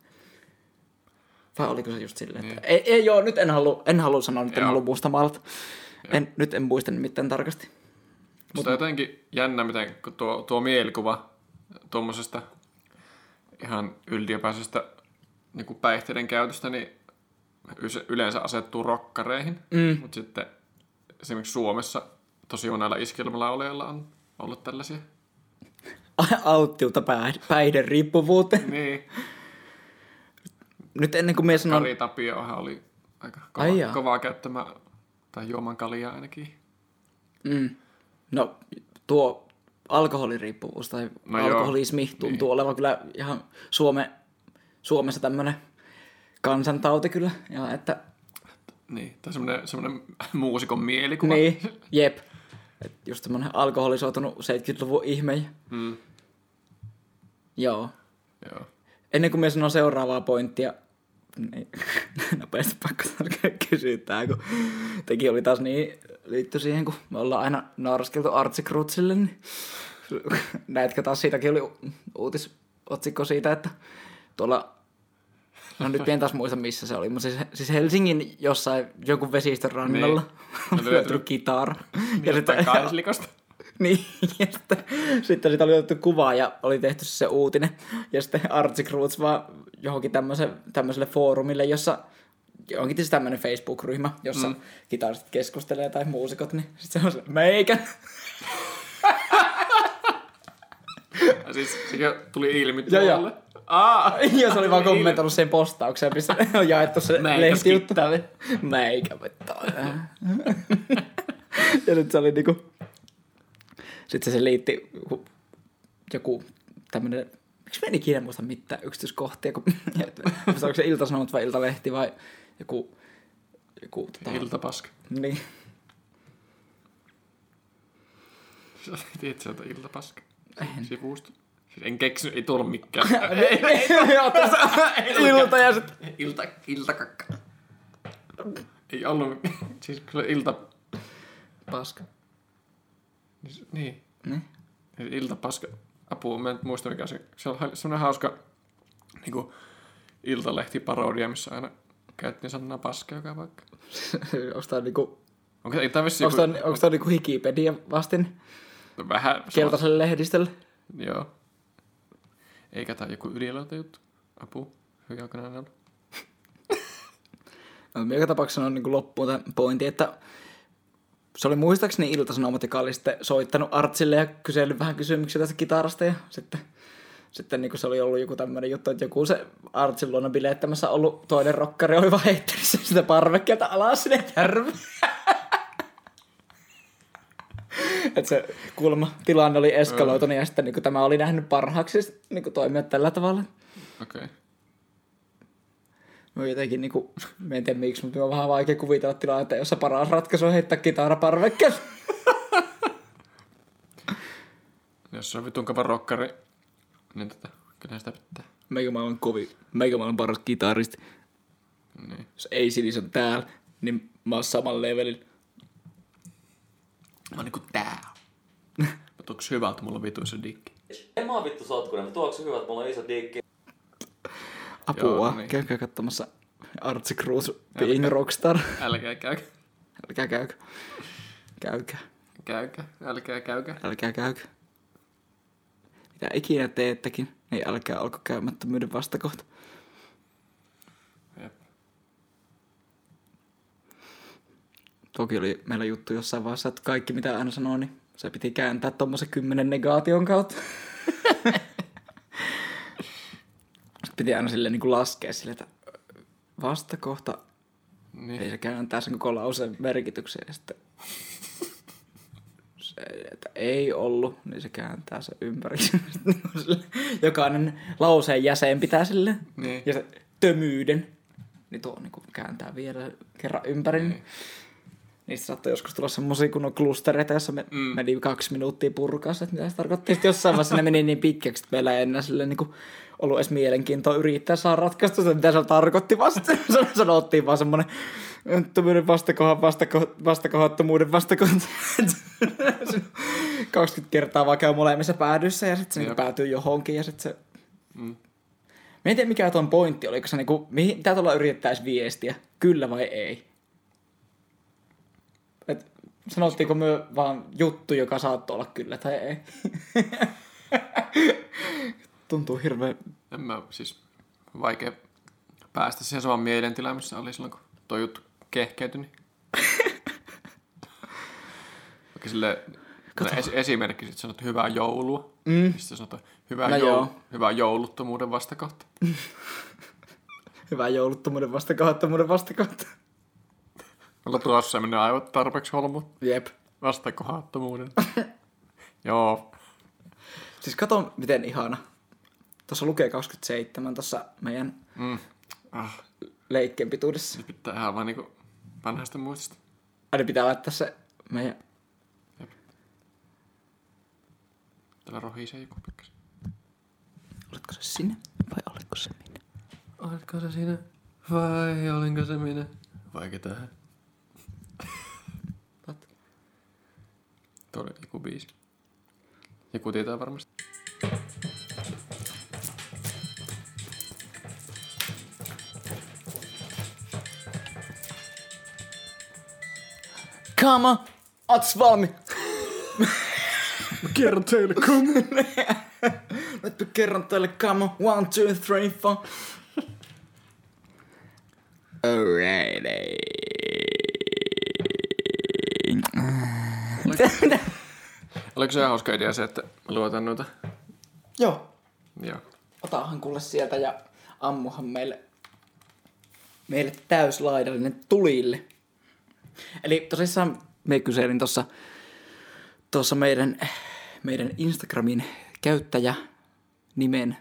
Vai oliko se just silleen, että... Niin. Ei, ei joo, nyt en halua, en halua sanoa, nyt en halua muista maalata. En, nyt en muista nimittäin tarkasti. Mutta jotenkin jännä, miten tuo, tuo mielikuva tuommoisesta ihan yltiöpäisestä niin päihteiden käytöstä, niin yleensä asettuu rokkareihin. Mm. Mutta sitten esimerkiksi Suomessa tosi monella iskelmällä olevilla on ollut tällaisia. Alttiutta päihden riippuvuuteen. Niin. Nyt ennen kuin me sanon... Kari Tapiohan oli aika kova, kovaa käyttämään, tai juoman kaljaa ainakin. Mm. No tuo alkoholiriippuvuus tai no alkoholismi joo. tuntuu niin. Olevan kyllä ihan Suome, Suomessa tämmönen kansantauti kyllä. Ja että... Niin, tai semmoinen, semmoinen muusikon mielikuva. Niin, jep. Et just semmoinen alkoholisoitunut seitsemänkymmentäluvun ihme. Mm. Joo. Joo. Ennen kuin me sanon seuraavaa pointtia, niin nopeasti pakko kysyä tää, kun tekin oli taas niin liitty siihen, kun me ollaan aina nauraskeltu Artsi Krutsille, niin näetkö taas siitäkin oli uutisotsikko siitä, että tuolla, no nyt en taas muista missä se oli, mutta siis, siis Helsingin jossain jonkun vesistön rannalla on niin. Löytynyt kitara. Niin, ja sitten kaislikosta. Niin, ja sitten, sitten siitä oli otettu kuvaa ja oli tehty se uutinen. Ja sitten Artsi Kruts vaan johonkin tämmöiselle foorumille, jossa onkin siis tämmöinen Facebook-ryhmä, jossa mm. kitaristit keskustelee tai muusikot, niin sitten se on se, meikän. Ja siis sekin tuli ilmi tuolle. Aa, ja se oli vaan kommentoinut sen postaukseen, missä on jaettu se lehtijuttu. Meikä vettaa. Ja sitten se oli niinku... Sitten se liitti joku tämmönen... Miksi mä en ikinä muista mitään yksityiskohtia, kun... onko se Ilta-Sanomat vai Iltalehti vai joku joku... Tota... Iltapaska. Niin. Sä tiedät sieltä iltapaska. En. Sivusta. Siis en keksinyt, ei tuolla mikään. Joo, tässä ilta ja sit... Ilta, iltakakka. Ei ollut, siis kyllä ilta... Paska. Niin. Niin? Iltapaska. Apua, mä en muista mikä se. Se on semmoinen hauska niinku iltalehtiparodia, missä aina käytettiin sanaa paska joka vaikka. Onks tää niinku... Onko tämä vissi Onks tää, onks tää niinku Wikipedia vastin vähän... keltaiselle lehdistölle? Joo. Eikä tää joku ylialoite juttu. Apua. Hyvin alkanaan olla. No, joka tapauksessa on niinku loppuun tämän pointin, että se oli muistaakseni Ilta-Sanomat, joka oli sitten soittanut Artsille ja kysellyt vähän kysymyksiä tästä kitarasta ja sitten, sitten niinku se oli ollut joku tämmöinen juttu, että joku se Artsin luona bileettämässä ollut toinen rokkari oli vaan heittänyt sitä parvekkeelta alas sinne järveen. Että se kuulemma tilanne oli eskaloitunut ja sitten niinku tämä oli nähnyt parhaaksi niinku toimia tällä tavalla. Okei. Okay. Mä jotenkin niinku, mä en tiedä miksi, mutta mä on vähän vaikea kuvitella tilannetta, jossa paras ratkaisu on heittää kitara parvekkeelle. Jos se on vitun kova rokkari, niin tota, kyllä sitä pitää. Meikä maailman kovin, meikä maailman paras kitaristi. Niin. Jos ei sinis on täällä, niin mä oon saman levelillä. Mä oon niinku täällä. Mä tuoks hyvä, että mulla on vituissa dikki. En mä oon vittu sotkunen, mutta tuoks hyvä, että mulla on iso dikki. Apua, Joo, niin. käykää katsomassa Artsi Cruz Being Rockstar. Älkää käykö. Älkää käykää. Käykää. Käykää. Älkää käykää. Älkää käykää. Mitä ikinä teettekin, niin älkää alko käymättömyyden vastakohta. Jep. Toki oli meillä juttu jossain vaiheessa, että kaikki mitä aina sanoo, niin se piti kääntää tommosen kymmenen negaation kautta. Sitten piti aina silleen niin kuin laskea silleen, että vastakohta, Niin. ei se kääntää sen koko lauseen merkityksen. Ja sitten se, että ei ollut, niin se kääntää sen ympäri. Jokainen lauseen jäsen pitää silleen. Niin. Ja se tömyyden, niin tuo niin kuin kääntää vielä kerran ympäri. Niin. Niistä saattoi joskus tulla semmosia kunnon klustereita, jossa me mm. meni kaksi minuuttia purkaa, että mitä se tarkoitti. Sitten jossain vaiheessa ne meni niin pitkäksi, että meillä ei enää silleen niin kuin ollut edes mielenkiintoa yrittää saada ratkaista sitä, mitä se tarkoitti vasta. Sanottiin vaan semmoinen tömyyden vastakohan, vastakoh- vastakohattomuuden vastakohan. kaksikymmentä kertaa vaan käy molemmissa päädyissä ja sitten se niin päätyy johonkin ja sitten se... Mm. Mä en tiedä mikä tuon pointti oli, koska niinku, mihin, mitä tuolla yritettäisiin viestiä, kyllä vai ei. Et sanottiinko me vaan juttu, joka saattoi olla kyllä tai ei. Tuntuu hirveän... En mä siis vaikea päästä siihen samaan mielentilaan, missä oli silloin, kun toi juttu kehkeytyi. Niin. Vaikka silleen es- esimerkiksi, että sanot hyvää joulua. Mm. Sitten sanot hyvää, no joul- hyvää jouluttomuuden vastakohta. Hyvää jouluttomuuden vastakohattomuuden vastakohta. Mulla tuossa semmoinen aivan tarpeeksi holmu. Jep. Vastakohattomuuden. Joo. Siis kato miten ihana. Tuossa lukee kaksikymmentäseitsemän tuossa meidän Mm. Ah. leikkeen pituudessa. Se pitää ihan vaan niinku vanhasta muistista. Aina pitää laittaa se meidän... Jep. Täällä rohisee joku pikkasen. Oletko se sinne vai oletko se minä? Oletko se sinä vai olinko se minä? Vai ketään? What? Tuo oli joku biisi. Joku tietää varmasti. Come on! Ootko valmi? Mä kerron teille, come on! Nyt mä kerron teille, come on, one, two, three, four. Alrighty. Oliko se ihan hauska idea se, että mä luotan noita? Joo. Joo. Otahan kuule sieltä ja ammuhan meille, meille täyslaidallinen tulille. Eli tosissaan me kyselin tuossa tossa meidän, meidän Instagramin käyttäjä nimen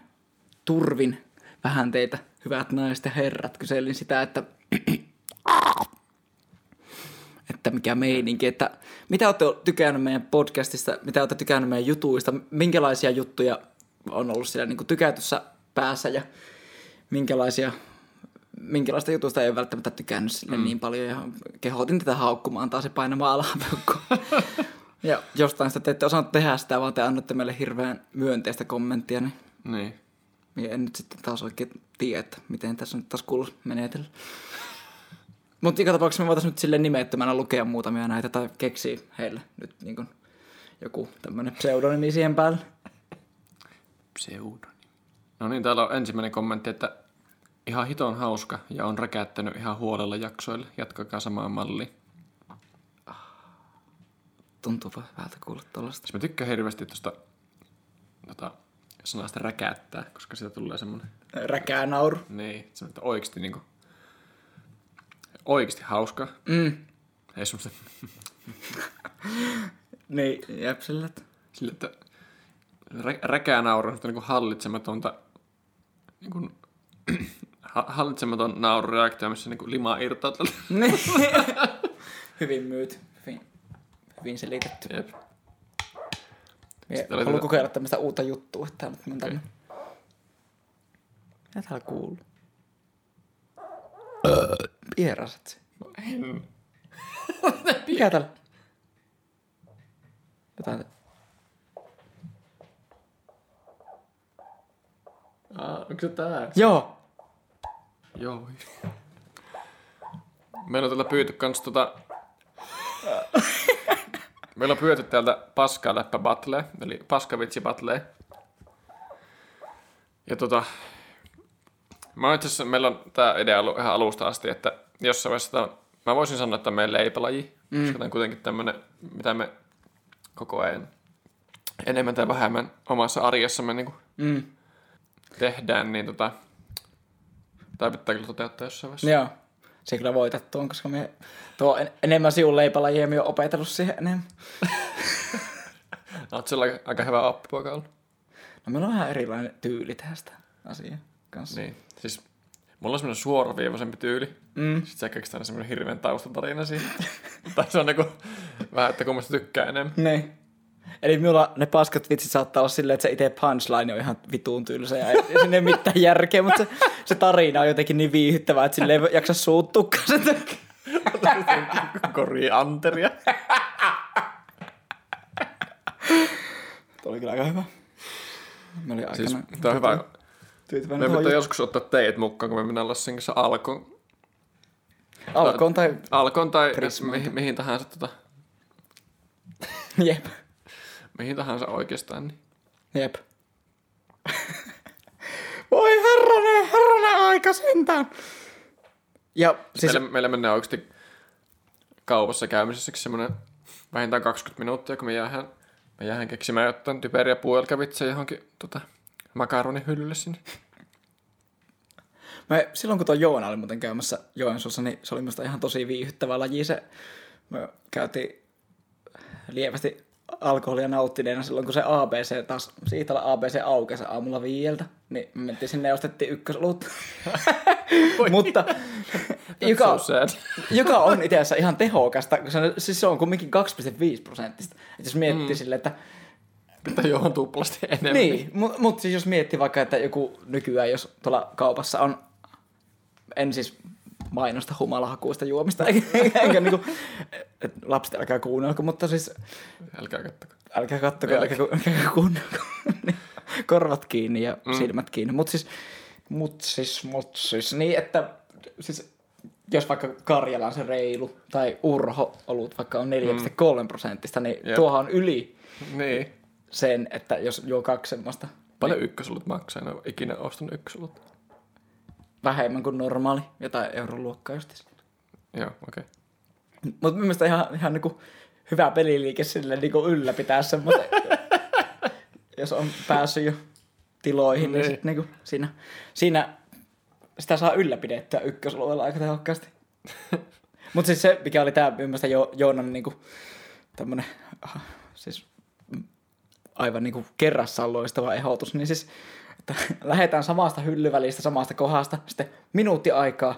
turvin vähän teitä, hyvät naiset ja herrat, kyselin sitä, että että mikä meininki, että mitä olette tykännyt meidän podcastista, mitä olette tykännyt meidän jutuista, minkälaisia juttuja on ollut siellä niin kuin tykätyssä päässä ja minkälaisia, minkälaista jutusta ei ole välttämättä tykännyt sille mm. niin paljon ja kehotin tätä haukkumaan taas ja painamaan alapeukkoa. Ja jostain sitä te ette osannut tehdä sitä, vaan te annatte meille hirveän myönteistä kommenttia, niin, niin. niin en nyt sitten taas oikein tiedä, että miten tässä nyt taas kuuluisi menetellä. Mutta joka tapauksessa me voitaisiin nyt silleen nimettömänä lukea muutamia näitä tai keksiä heille nyt niin kuin joku tämmöinen pseudonymi siihen päälle. Pseudonymi. No niin, täällä on ensimmäinen kommentti, että ihan hiton hauska ja on räkättänyt ihan huolella jaksoille. Jatkakaa samaan malliin. Tuntuupa hyvältä kuulla tuollaista. Mä tykkään hirveästi tuosta tota, sanasta räkättää, koska siitä tulee semmoinen... Räkää nauru. Niin, semmoinen oikeasti niinku... Oikeasti hauska. Mm. Ei semmoista... niin, jep sillä, että... Sillä, että rä, räkää nauru on niinku hallitsematonta... Niinku... hallitsematon naurureaktio, missä niinku limaa irtautuu. Niin. Hyvin myyt. Hyvin, hyvin selitetty. Jep. Haluan tätä... kokeilla tämmöistä uutta juttua, että täällä on tämmöinen... Mitä täällä kuuluu? Pieraset se. No en. Mikä täällä? Jotain... Ah, onko se tää? Joo. Joo. Meillä on täällä pyyty kans tota... Meillä on pyöty täältä paskaa läppä battlee, eli paskavitsi battlee. Ja tota... Mä oon itse asiassa, meillä on tää idea ollut ihan alusta asti, että jossain vaiheessa tämä, mä voisin sanoa, että tämä on meidän leipälaji, mm. koska tämä on kuitenkin tämmönen, mitä me koko ajan enemmän tai vähemmän omassa arjessamme niin kuin mm. tehdään, niin tota, tämä pitää kyllä toteuttaa jossain vaiheessa. Joo, se kyllä voitat tuon, koska me tuo en, enemmän siun leipälajia me on opetellut siihen enemmän. Olet sillä aika, aika hyvä oppipoika ollut. No meillä on vähän erilainen tyyli tehdä sitä asiaa kanssa. Niin, siis mulla on semmoinen suoraviivaisempi tyyli. Mm. Sitten sä keksitään aina semmoinen hirveän taustatarina siihen. Tai se on niinku vähän, että kummasta tykkää enemmän. Niin. Eli minulla ne paskat vitsit saattaa olla silleen, että se itse punchline on ihan vituun tylsä ja ei sinne mitään järkeä, mutta se, se tarina on jotenkin niin viihyttävää, että sille ei jaksa suuttukaan sen takia. Kori Anteria. Tuo oli kyllä aika hyvä. Mä olin Siis aikana... tää on hyvä. Tyytyväinen Me pitää joskus ottaa teidät mukaan, kun me mennään Lassin kanssa Alkoon. Alkoon tai... Alkoon tai Prismaan. mihin, mihin tahansa tota... Jep. Mihin tahansa oikeastaan, niin... Jep. Voi herranen, herranen aika sentään. Ja siis... Meillä, meillä menee oikeasti kaupassa käymisessä semmoinen vähintään kaksikymmentä minuuttia, kun me jäähän, me jäähän keksimään jotain typeriä puolkavitsejä johonkin tota, makaronihyllylle sinne. Me, silloin kun tuo Joona oli muuten käymässä Joensuussa, niin se oli minusta ihan tosi viihyttävä laji. Se, me käytiin lievästi alkoholia nauttineena silloin, kun se A B C taas, siitä A B C aukesi aamulla viieltä, niin me mentiin sinne ja ostettiin ykkösolutta. Mutta joka, so joka on itse asiassa ihan tehokasta, koska se, siis se on kumminkin kaksi pilkku viisi prosenttista. Et jos miettii mm. silleen, että... Pitää johon tuplasti enemmän. Niin, mutta mut siis jos miettii vaikka, että joku nykyään, jos tuolla kaupassa on, en siis mainosta humalahakuista juomista, eikä, eikä niinku, lapset älkää kuunnelko, mutta siis... Älkää kattoko. Älkää kattoko, älkää, älkää kuunnelko. Korvat kiinni ja mm. silmät kiinni. Mutta siis, mut siis, mut siis, niin että siis, jos vaikka Karjalan se reilu tai Urho olut vaikka on neljä pilkku kolme prosenttista, niin yep. tuohan on yli niin. sen, että jos juo kaksi semmoista. Paljon niin, ykkösolut maksaa? En ole ikinä ostanut ykkösolut. Vähemmän kuin normaali, jotain euroluokkaa justiin. Joo, okei. Okay. Mutta mielestäni ihan, ihan niinku hyvä peliliike sille niinku ylläpitää semmoinen, jos on päässyt jo tiloihin, niin, niin sitten niinku siinä, siinä sitä saa ylläpidettyä ykkösolueella aika tehokkaasti. Mutta siis se, mikä oli tämä mielestäni jo, Joonan niinku tämmönen, siis aivan niinku kerrassaan loistava ehdotus, niin siis että lähdetään samasta hyllyvälistä, samasta kohdasta, sitten minuutti aikaa,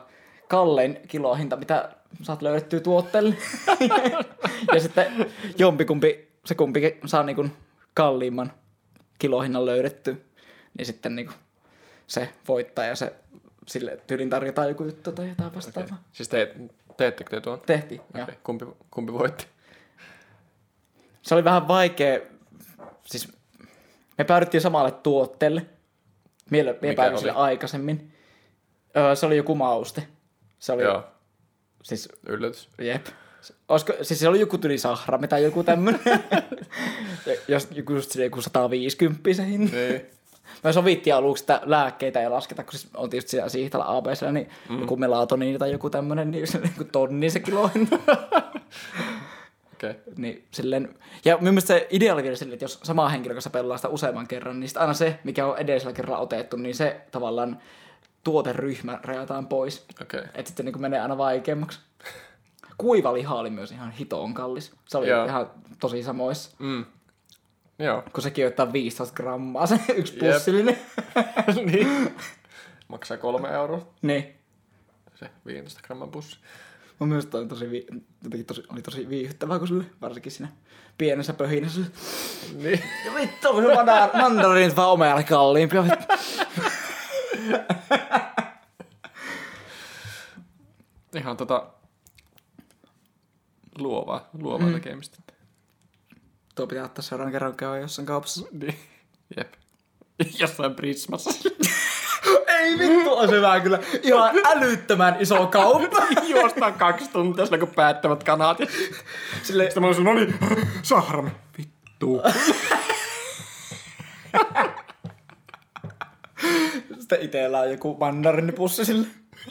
kallein kilohinta, mitä saat löydettyä tuotteelle. Ja sitten jompikumpi, se kumpikin saa niinku kalliimman kilohinnan löydettyä. Niin sitten niinku se voittaa ja se sille tyylin tarjotaan joku juttu tai jotain vastaavaa. Okay. Siis te, teettekö te tuon? Tehtiin, Okay. joo. Kumpi, kumpi voitti? Se oli vähän vaikea, siis me päädyttiin samalle tuotteelle. Mie, mie päädyin sille aikaisemmin. Öö, se oli joku mauste. Se oli, Joo. siis, Yllätys. jep. Olisiko, siis se oli joku tyli sahrami tai joku tämmönen. Jos joku just silleen joku sata viisikymmentä se hinta. Niin. Me sovittiin aluksi, että lääkkeitä ei lasketa, kun siis oltiin just siellä Siihtällä A B C:llä, niin mm. joku melatoniini tai joku tämmönen, niin se niin tonni se kilohinta. Okay. Niin silleen, ja mielestäni se idea oli vielä silleen, että jos sama henkilö kanssa pelaa sitä useamman kerran, niin sitten aina se, mikä on edellisellä kerralla otettu, niin se tavallaan tuoteryhmä rajataan pois. Okay. Että sitten niin menee aina vaikeammaksi. Kuiva liha oli myös ihan hitoon kallis. Se oli Joo. ihan tosi samoissa. Mm. Joo. Kun sekin ottaa viisitoista grammaa se yksi pussillinen. Niin. Maksaa kolme euroa. Niin. Se viisitoista gramman pussi. Mun mielestä toi tosi, vi- jotenkin tosi, oli tosi viihyttävää, kun sulle varsinkin siinä pienessä pöhinässä. Niin. Ja vittu, on se mandar- mandariinit vaan omealle kalliimpia. Ihan tota luovaa, luovaa mm. tekemistä. Tuo pitää ottaa seuraavan kerran käydä jossain kaupassa. Niin. Jep. Jossain Prismassa. Ei vittu, on se vähän kyllä ihan älyttömän iso kauppa. Juostaan kaksi tuntia sillä kun päättävät kanat. Silleen, Sitten mä olisin, no niin, sahrami. Vittu. sitten itellä on joku mandarinipussi sille.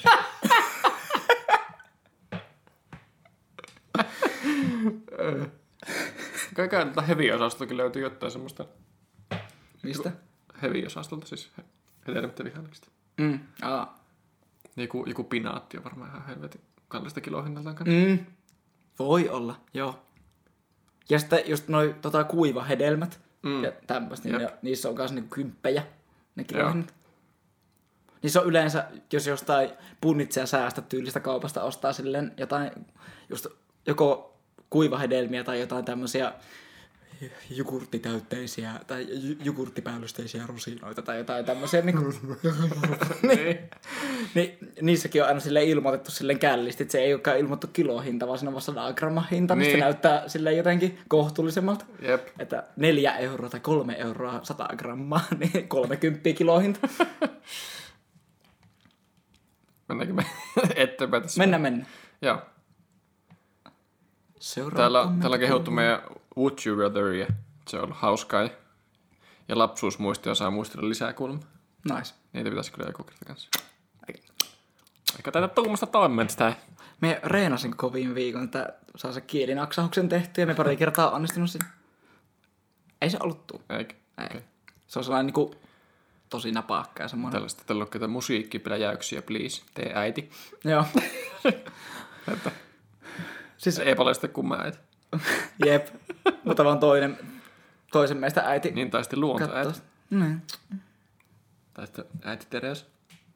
Kaikkea tätä heavy-osastokin löytyy jotain semmoista. Mistä? Heavy-osastolta, siis hedelmät vihannekset. Mm, aa. Joku, joku pinaatti on varmaan ihan helvetin kallista kilohinnaltaan kanssa. Mm. Voi olla, joo. Ja sitten just noi tota, kuivahedelmät mm. ja tämmöistä, niin ne, niissä on kanssa niinku kymppejä ne kilohinnat. Niissä on yleensä, jos jostain punnitse säästä tyylistä kaupasta ostaa silleen jotain, just joko kuivahedelmiä tai jotain tämmöisiä jogurttitäytteisiä tai jogurttipäällysteisiä rusinoita tai jotain tämmöisiä. Niin, niin, niin, niissäkin on aina silleen ilmoitettu silleen källisti, että se ei olekaan ilmoittu kilohinta, vaan siinä on vaan sadan gramman hinta, niin se näyttää silleen jotenkin kohtuullisemmalta. Jep. Että neljä euroa tai kolme euroa sata grammaa, niin kolmekymppiä kilohinta. Mennäänkö me eteenpäin tässä? Mennään, mennään. Joo. Seuraava Täällä, täällä on kehuttu meidän Would You Ratheria. Se on ollut hauskaa. Ja, ja lapsuusmuistia saa muistella lisää kuulemma. Nice. Niitä pitäisi kyllä joku kerta kanssa. Eikä tätä tuommoista toimeen sitä. Me reenasin koko viime viikon, että saa se kielinaksahuksen tehty ja me pari kertaa onnistunut siinä. Ei se ollut tuu. Eikä? Ei. Okay. Se on sellainen niinku tosi napakka ja semmoinen. Tällaista tällä on ketä musiikkipläjäyksiä, please. Tee äiti. Joo. Että Siis ei paljon sitten kuin mä äiti. jep. Mutta vaan toinen, toisen meistä äiti. Niin, tai sitten luontoäiti. Kattoo. Niin. Tai sitten äiti Teres.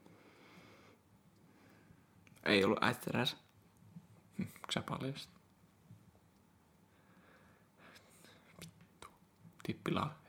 Ei ollut äiti Teres. Hm, sä paljast? Vittu. Tippilaa.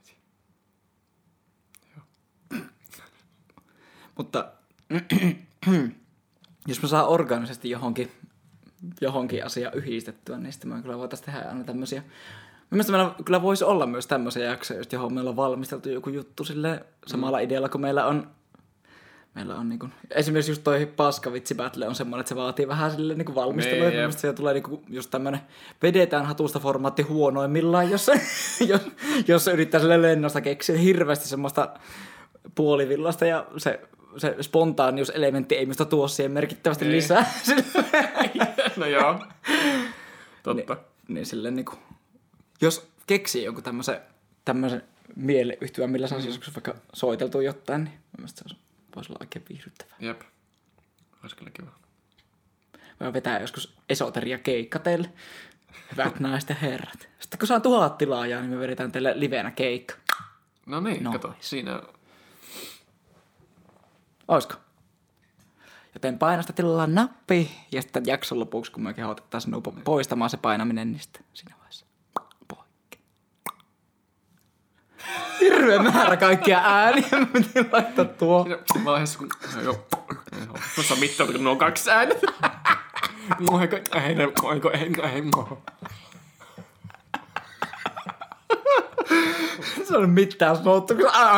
Mutta jos mä saan organisesti johonkin, johonkin asiaan yhdistettyä, niin sitten me kyllä voitaisiin tehdä aina tämmöisiä. Mielestäni meillä kyllä voisi olla myös tämmöisiä jaksoja, johon meillä on valmisteltu joku juttu silleen samalla mm. idealla, kun meillä on, meillä on niin kuin, esimerkiksi just toi paskavitsi battle on semmoinen, että se vaatii vähän silleen niin kuin valmistelua. Me, ja se tulee niin kuin just tämmöinen, vedetään hatusta formaatti huonoimmillaan, jos, jos, jos se yrittää silleen lennosta keksiä hirveästi semmoista puolivillasta ja se, se spontaanius-elementti ei minusta tuo siihen merkittävästi ei. lisää. No joo, totta. Ni, niin silleen niinku, jos keksii jonkun tämmöisen, tämmöisen mieleyhtyvän, millä saisi mm. joskus vaikka soiteltua jotain, niin mielestäni se voisi olla oikein viihdyttävää. Jep, olisi kyllä kiva. Voin vetää joskus esoteria keikka teille. Hyvät naiset ja herrat. Sitten kun saan tuhat tilaajaa, niin me vedetään teille livenä keikka. No niin, no. kato, siinä... Oisko? Joten paina sitä tilalla nappi ja sitten jakson lopuksi, kun me kehotetaan sinua poistamaan se painaminen, niin sitten siinä vaiheessa poikki. Hirveä määrä kaikkia ääniä, mä piti laittaa tuo. Siinä vaiheessa, kun joo, tuossa mittautu, kun nuo on kaksi äänet. Moiko, ei, moiko, ei, ei, moiko. Se on mitään sanottu.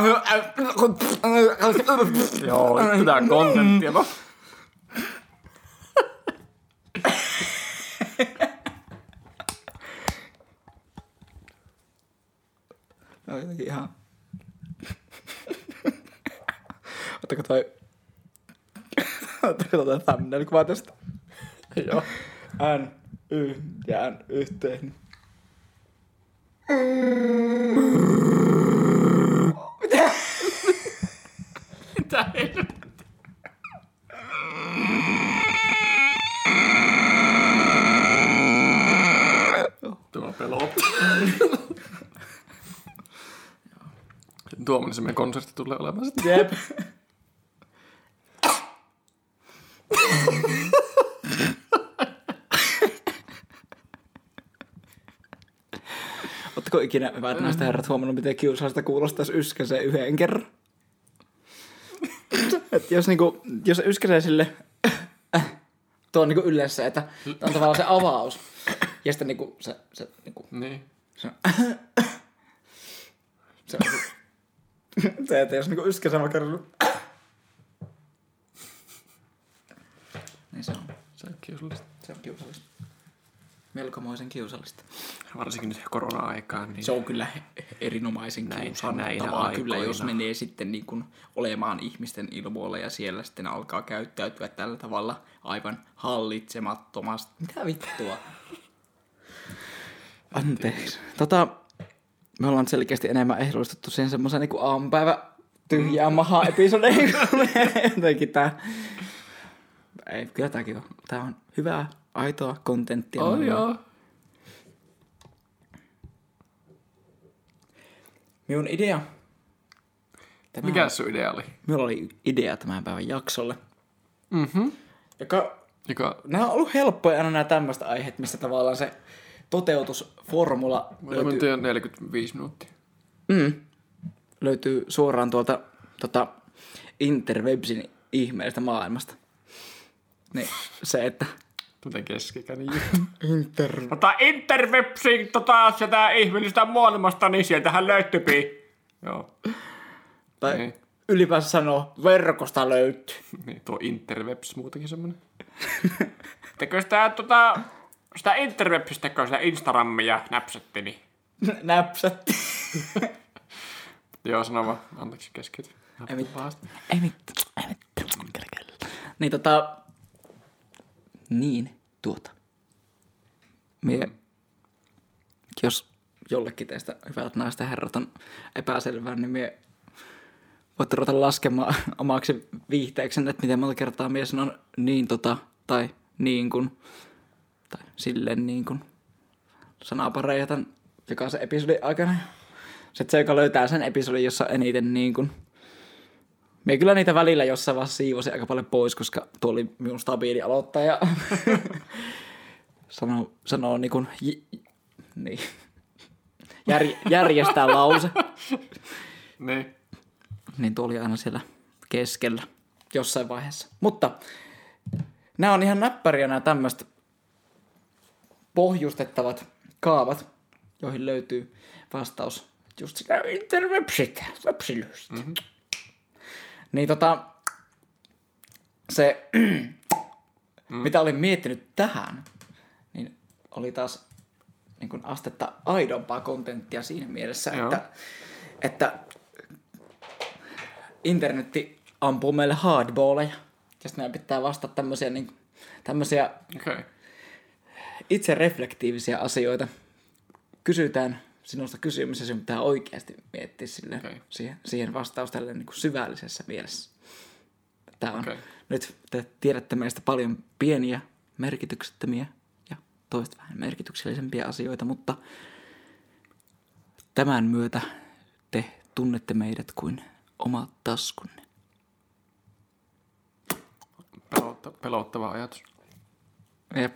Joo, tää kontenttia. No. No jotenkin ihan... Ottako toi... Ottako toi thumbnail-kuva tästä? Joo. N, Y ja N yhteen. Mitä helvettiä? Tämä pelottaa. Tuommoinen se meidän konsertti tulee olemaan sitten. Jep. Ootko ikinä, hyvät näistä herrat, huomannut, miten kiusallista kuulostaisi yskäseen yhden kerran? Et jos, niinku, jos yskäsee sille, tuo on niinku yleensä, että tämä on tavallaan se avaus. Ja sitten niinku se, se, niinku, Niin. se, se, on, se, että jos niinku yskäsee mä kerran, niin se on, Se on kiusallista. se on kiusallista. Melkomoisen kiusallista. Varsinkin nyt korona-aikaan. Niin Se on kyllä erinomaisen Näin- kiusannettavaa näinä kyllä, jos aikoina. menee sitten niin kuin olemaan ihmisten ilmoilla ja siellä sitten alkaa käyttäytyä tällä tavalla aivan hallitsemattomasti. Mitä vittua? Anteeksi. Tota, me ollaan selkeästi enemmän ehdollistettu siihen semmoisen niin kuin aamupäivä tyhjää mahaa episodeihin. Jotenkin tää... Ei, kyllä tääkin on. Tää on hyvää, aitoa kontenttia. Oh, joo. Minun idea. Tämä Mikä sun idea oli? Minulla oli idea tämän päivän jaksolle. Mhm. Joka, Joka... nämä on ollut helppoja aina nämä tämmöistä aiheet, missä tavallaan se toteutusformula Mä löytyy, löytyy neljäkymmentäviisi minuuttia. mm, löytyy suoraan tuolta tota, interwebsin ihmeellisestä maailmasta. Niin se, että... Miten keskikäinen juttu. Inter... Tota interwebsin tota sitä ihmeellistä maailmasta, niin sieltähän löytyypi. Joo. Tai Niin. ylipäänsä sanoo, verkosta löytyy. Niin, tuo interwebs muutenkin semmonen. Tekö sitä tota... Sitä interwebsistä, tekö sitä Instagramia näpsätti, niin... Näpsätti. Joo, sano vaan. Anteeksi, keskeyty. Ei mitään. Ei mitään. Ei mitään. Kyllä, kyllä. Niin tota... Niin, tuota. Mie, jos jollekin teistä hyvät naiset ja herrat on epäselvää, niin mie voitte ruveta laskemaan omaksi viihteeksi, että miten monta kertaa mie sanon niin tota, tai niin kuin, tai silleen niin kuin sanapareja tämän jokaisen episodin aikana. Sitten se, joka löytää sen episodin, jossa eniten niin kuin. Mie kyllä niitä välillä jossain vaiheessa siivosin aika paljon pois, koska tuo oli minun stabiili aloittaja. sanoo, sanoo niin kuin, j, niin. Jär, järjestää lause. Niin. Niin tuo oli aina siellä keskellä jossain vaiheessa. Mutta nämä on ihan näppäriä nämä tämmöiset pohjustettavat kaavat, joihin löytyy vastaus just sitä interwebsit, websilystä. Mm-hmm. Niin tota, se, mm. mitä olin miettinyt tähän, niin oli taas niin kuin astetta aidompaa kontenttia siinä mielessä, että, että internetti ampuu meille hardballeja, ja sitten meidän pitää vastata tämmöisiä, niin, tämmöisiä Okay. itsereflektiivisiä asioita. Kysytään sinusta kysymys ja sinun pitää oikeasti miettiä sille, Okay. siihen, siihen vastaus tälle niin kuin syvällisessä mielessä. Tämä on, Okay. nyt te tiedätte meistä paljon pieniä, merkityksettömiä ja toista vähän merkityksellisempiä asioita, mutta tämän myötä te tunnette meidät kuin omat taskunne. pelotta, pelottava ajatus. Jep.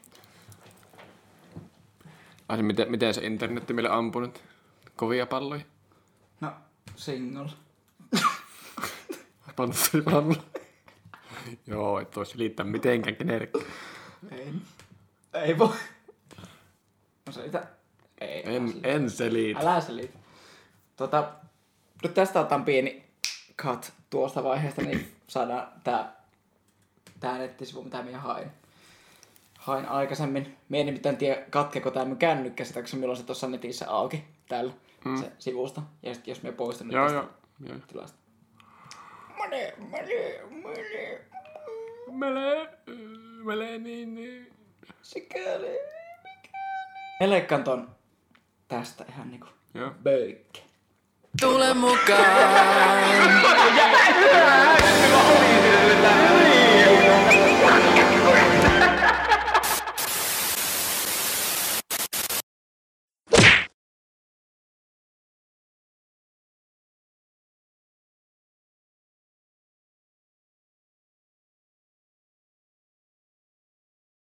Ai se, miten, miten se internetti meille ampui nyt? Kovia palloja? No, single. Panssari pallo. Joo, et vois liittää mitenkään kenerekään. Ei. Ei voi. No selitä. Ei. En, en selitä. Älä selitä. Tota, nyt tästä otan pieni cut tuosta vaiheesta, niin saadaan tää, tää nettisivu, mitä minä hain. Hain aikaisemmin. Mie en nimittäin tiedä, katkeeko tää mun kännykkä sitä, koska minulla on se tuossa netissä auki täällä mm. se sivusta. Ja sit jos minä poistan nyt Joo, tästä joo. joo. tilasta. Mene, mene, mene. Mele, mele, niin, niin. Sikäli, mikäli. Leikkaan ton tästä ihan niinku Joo. böykkä. Tule mukaan.